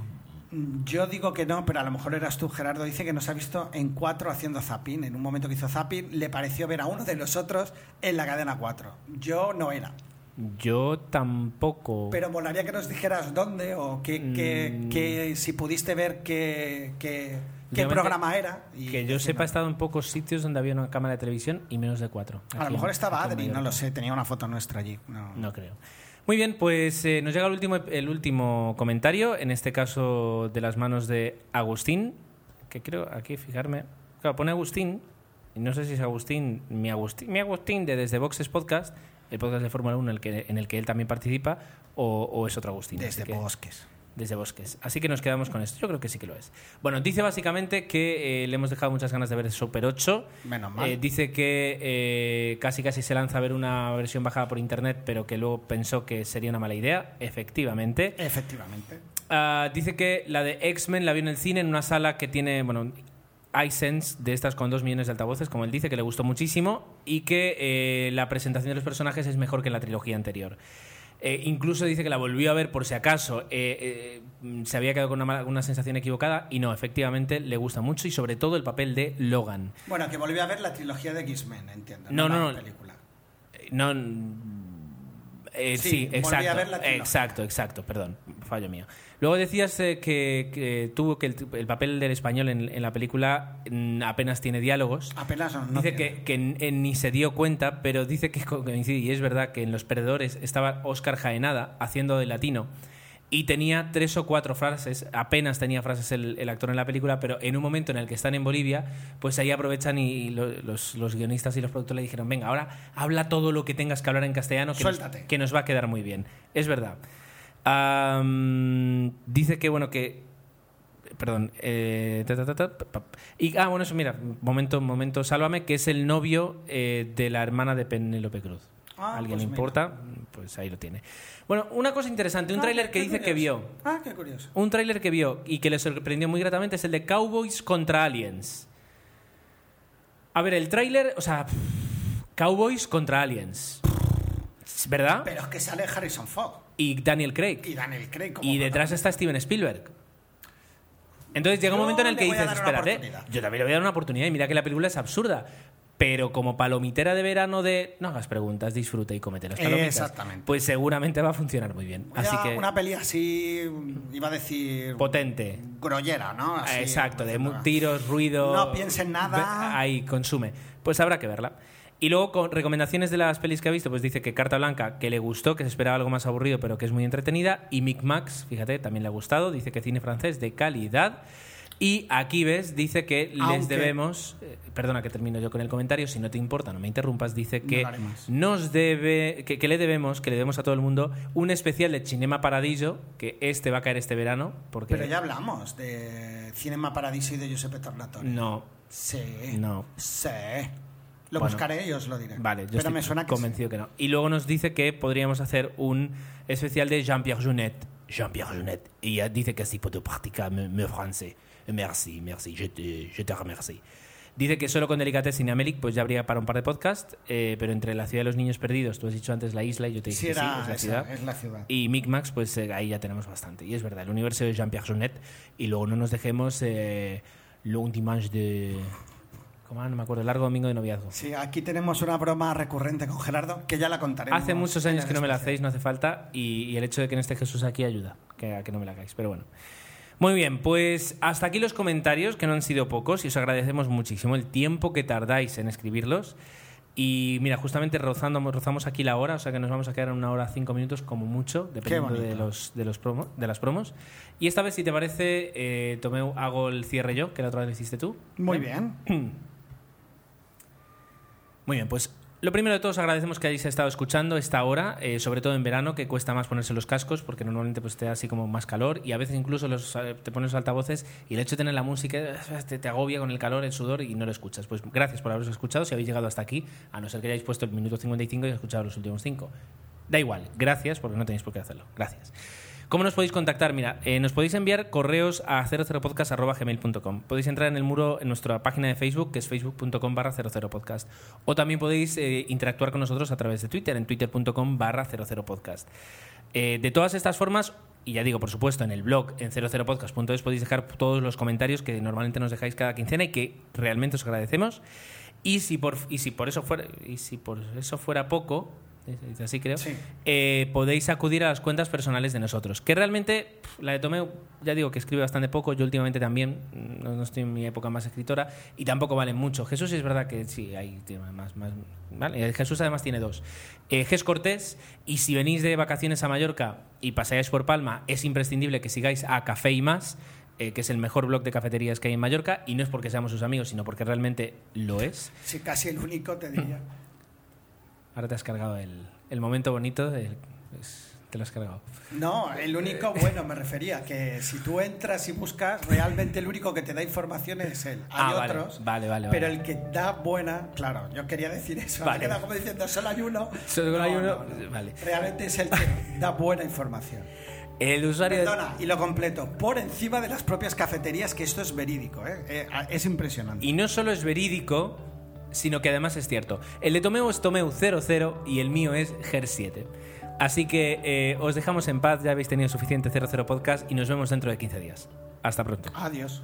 Yo digo que no, pero a lo mejor eras tú, Gerardo. Dice que nos ha visto en 4 haciendo zapping. En un momento que hizo zapping, le pareció ver a uno de los otros en la cadena 4. Yo no era. Yo tampoco. Pero molaría que nos dijeras dónde o que si pudiste ver qué programa era. Que yo sepa, he estado en pocos sitios donde había una cámara de televisión y menos de 4. A lo mejor estaba Adri, no lo sé, tenía una foto nuestra allí. No creo. Muy bien, pues nos llega el último comentario, en este caso de las manos de Agustín, que creo, aquí fijarme, claro, pone Agustín, y no sé si es Agustín, mi Agustín de Desde Boxes Podcast, el podcast de Fórmula 1 en el que él también participa, o es otro Agustín. Desde Bosques. Así que nos quedamos con esto. Yo creo que sí que lo es. Bueno, dice básicamente que le hemos dejado muchas ganas de ver Super 8. Menos mal. Dice que casi se lanza a ver una versión bajada por internet, pero que luego pensó que sería una mala idea. Efectivamente. Dice que la de X-Men la vio en el cine en una sala que tiene, iSense, de estas con 2 millones de altavoces, como él dice, que le gustó muchísimo, y que la presentación de los personajes es mejor que la trilogía anterior. Incluso dice que la volvió a ver por si acaso se había quedado con una sensación equivocada, y no, efectivamente le gusta mucho, y sobre todo el papel de Logan. Bueno, que volvió a ver la trilogía de X-Men, entiendo. No. La película. No, Sí, volví exacto. a ver la trilogía. Exacto, perdón, fallo mío. Luego decías que tuvo que el papel del español en la película apenas tiene diálogos. Apenas no. Dice que ni se dio cuenta, pero dice que coincide, y es verdad que en Los Perdedores estaba Óscar Jaenada haciendo de latino y tenía 3 o 4 frases, apenas tenía frases el actor en la película, pero en un momento en el que están en Bolivia, pues ahí aprovechan y los guionistas y los productores le dijeron, venga, ahora habla todo lo que tengas que hablar en castellano, Suéltate. que nos va a quedar muy bien. Es verdad. Dice que, bueno, que... Perdón. Bueno, eso, mira, momento, sálvame, que es el novio de la hermana de Penélope Cruz. ¿A alguien le importa? Pues ahí lo tiene. Bueno, una cosa interesante, un tráiler que dice que vio. Qué curioso. Un tráiler que vio y que le sorprendió muy gratamente es el de Cowboys contra Aliens. A ver, el tráiler, o sea, Cowboys contra Aliens. ¿Verdad? Pero es que sale Harrison Ford. Y Daniel Craig. Como Y detrás está Steven Spielberg. Entonces llega un momento en el que dices, espérate, yo también le voy a dar una oportunidad y mira que la película es absurda. Pero como palomitera de verano de no hagas preguntas, disfruta y cómete las palomitas, exactamente, pues seguramente va a funcionar muy bien. Así que una peli así, iba a decir... potente. Grollera, ¿no? Así, exacto, de tiros, ruido... No piensen nada. Ahí, consume. Pues habrá que verla. Y luego, con recomendaciones de las pelis que ha visto, pues dice que Carta Blanca, que le gustó, que se esperaba algo más aburrido, pero que es muy entretenida. Y Micmacs, fíjate, también le ha gustado. Dice que cine francés de calidad. Y aquí ves, dice que les debemos... perdona que termino yo con el comentario, si no te importa, no me interrumpas. Dice que nos debe... Que le debemos a todo el mundo un especial de Cinema Paradiso, que va a caer este verano. Porque... Pero ya hablamos de Cinema Paradiso y de Giuseppe Tornatore. No. Sí. No. Sí. Lo buscaré y os lo diré. Vale, yo pero estoy me suena que convencido que no. Y luego nos dice que podríamos hacer un especial de Jean-Pierre Jeunet. Y ya dice que así puedo practicar mi francés. Merci, je te remercie. Dice que solo con Delicatessen y Amélie pues ya habría para un par de podcasts, pero entre La ciudad de los niños perdidos, tú has dicho antes la isla y yo te dije sí, es la ciudad. Y Micmacs, pues ahí ya tenemos bastante. Y es verdad, el universo de Jean-Pierre Jeunet. Y luego no nos dejemos Long Dimanche de... ¿Cómo no me acuerdo? El largo domingo de noviazgo. Sí, aquí tenemos una broma recurrente con Gerardo, que ya la contaremos. Hace muchos años que no me la hacéis, no hace falta, y el hecho de que no esté Jesús aquí ayuda a que no me la hagáis, pero bueno. Muy bien, pues hasta aquí los comentarios, que no han sido pocos, y os agradecemos muchísimo el tiempo que tardáis en escribirlos. Y mira, justamente rozamos aquí la hora, o sea que nos vamos a quedar en 1 hora 5 minutos como mucho, dependiendo de las promos. Y esta vez, si te parece, Tomeu, hago el cierre yo, que la otra vez lo hiciste tú. Muy bien. Muy bien, pues lo primero de todo, os agradecemos que hayáis estado escuchando esta hora, sobre todo en verano, que cuesta más ponerse los cascos, porque normalmente pues te da así como más calor, y a veces incluso te pones los altavoces y el hecho de tener la música te agobia con el calor, el sudor, y no lo escuchas. Pues gracias por haberos escuchado, si habéis llegado hasta aquí, a no ser que hayáis puesto el minuto 55 y escuchado los últimos 5. Da igual, gracias, porque no tenéis por qué hacerlo. Gracias. ¿Cómo nos podéis contactar? Mira, nos podéis enviar correos a 00podcast@gmail.com. Podéis entrar en el muro en nuestra página de Facebook, que es facebook.com/00podcast. O también podéis interactuar con nosotros a través de Twitter, en twitter.com/00podcast. De todas estas formas, y ya digo, por supuesto, en el blog, en 00podcast.es, podéis dejar todos los comentarios que normalmente nos dejáis cada quincena y que realmente os agradecemos. Y si por eso fuera poco... así creo, sí. Podéis acudir a las cuentas personales de nosotros, que realmente la de Tomeu, ya digo que escribe bastante poco, yo últimamente también no estoy en mi época más escritora y tampoco valen mucho. Jesús es verdad que sí, hay más ¿vale? Jesús además tiene 2. Ges Cortés, y si venís de vacaciones a Mallorca y pasáis por Palma, es imprescindible que sigáis a Café y Más, que es el mejor blog de cafeterías que hay en Mallorca, y no es porque seamos sus amigos, sino porque realmente lo es. Sí, casi el único, te diría. Ahora te has cargado el momento bonito, te lo has cargado. No, el único, bueno, me refería que si tú entras y buscas, realmente el único que te da información es él. Hay otros, vale. Pero el que da buena, claro, yo quería decir eso, me queda como diciendo, solo hay uno. Solo hay uno, vale. Realmente es el que da buena información. El usuario... Perdona, y lo completo, por encima de las propias cafeterías, que esto es verídico, es impresionante. Y no solo es verídico, sino que además es cierto. El de Tomeu es Tomeu00 y el mío es Ger7. Así que os dejamos en paz, ya habéis tenido suficiente 00 podcast y nos vemos dentro de 15 días. Hasta pronto. Adiós.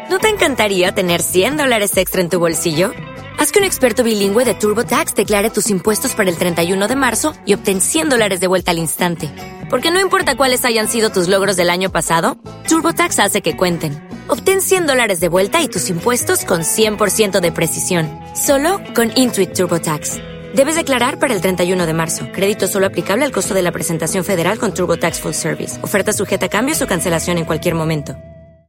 ¿No te encantaría tener $100 extra en tu bolsillo? Haz que un experto bilingüe de TurboTax declare tus impuestos para el 31 de marzo y obtén $100 de vuelta al instante. Porque no importa cuáles hayan sido tus logros del año pasado, TurboTax hace que cuenten. Obtén $100 de vuelta y tus impuestos con 100% de precisión. Solo con Intuit TurboTax. Debes declarar para el 31 de marzo. Crédito solo aplicable al costo de la presentación federal con TurboTax Full Service. Oferta sujeta a cambios o cancelación en cualquier momento.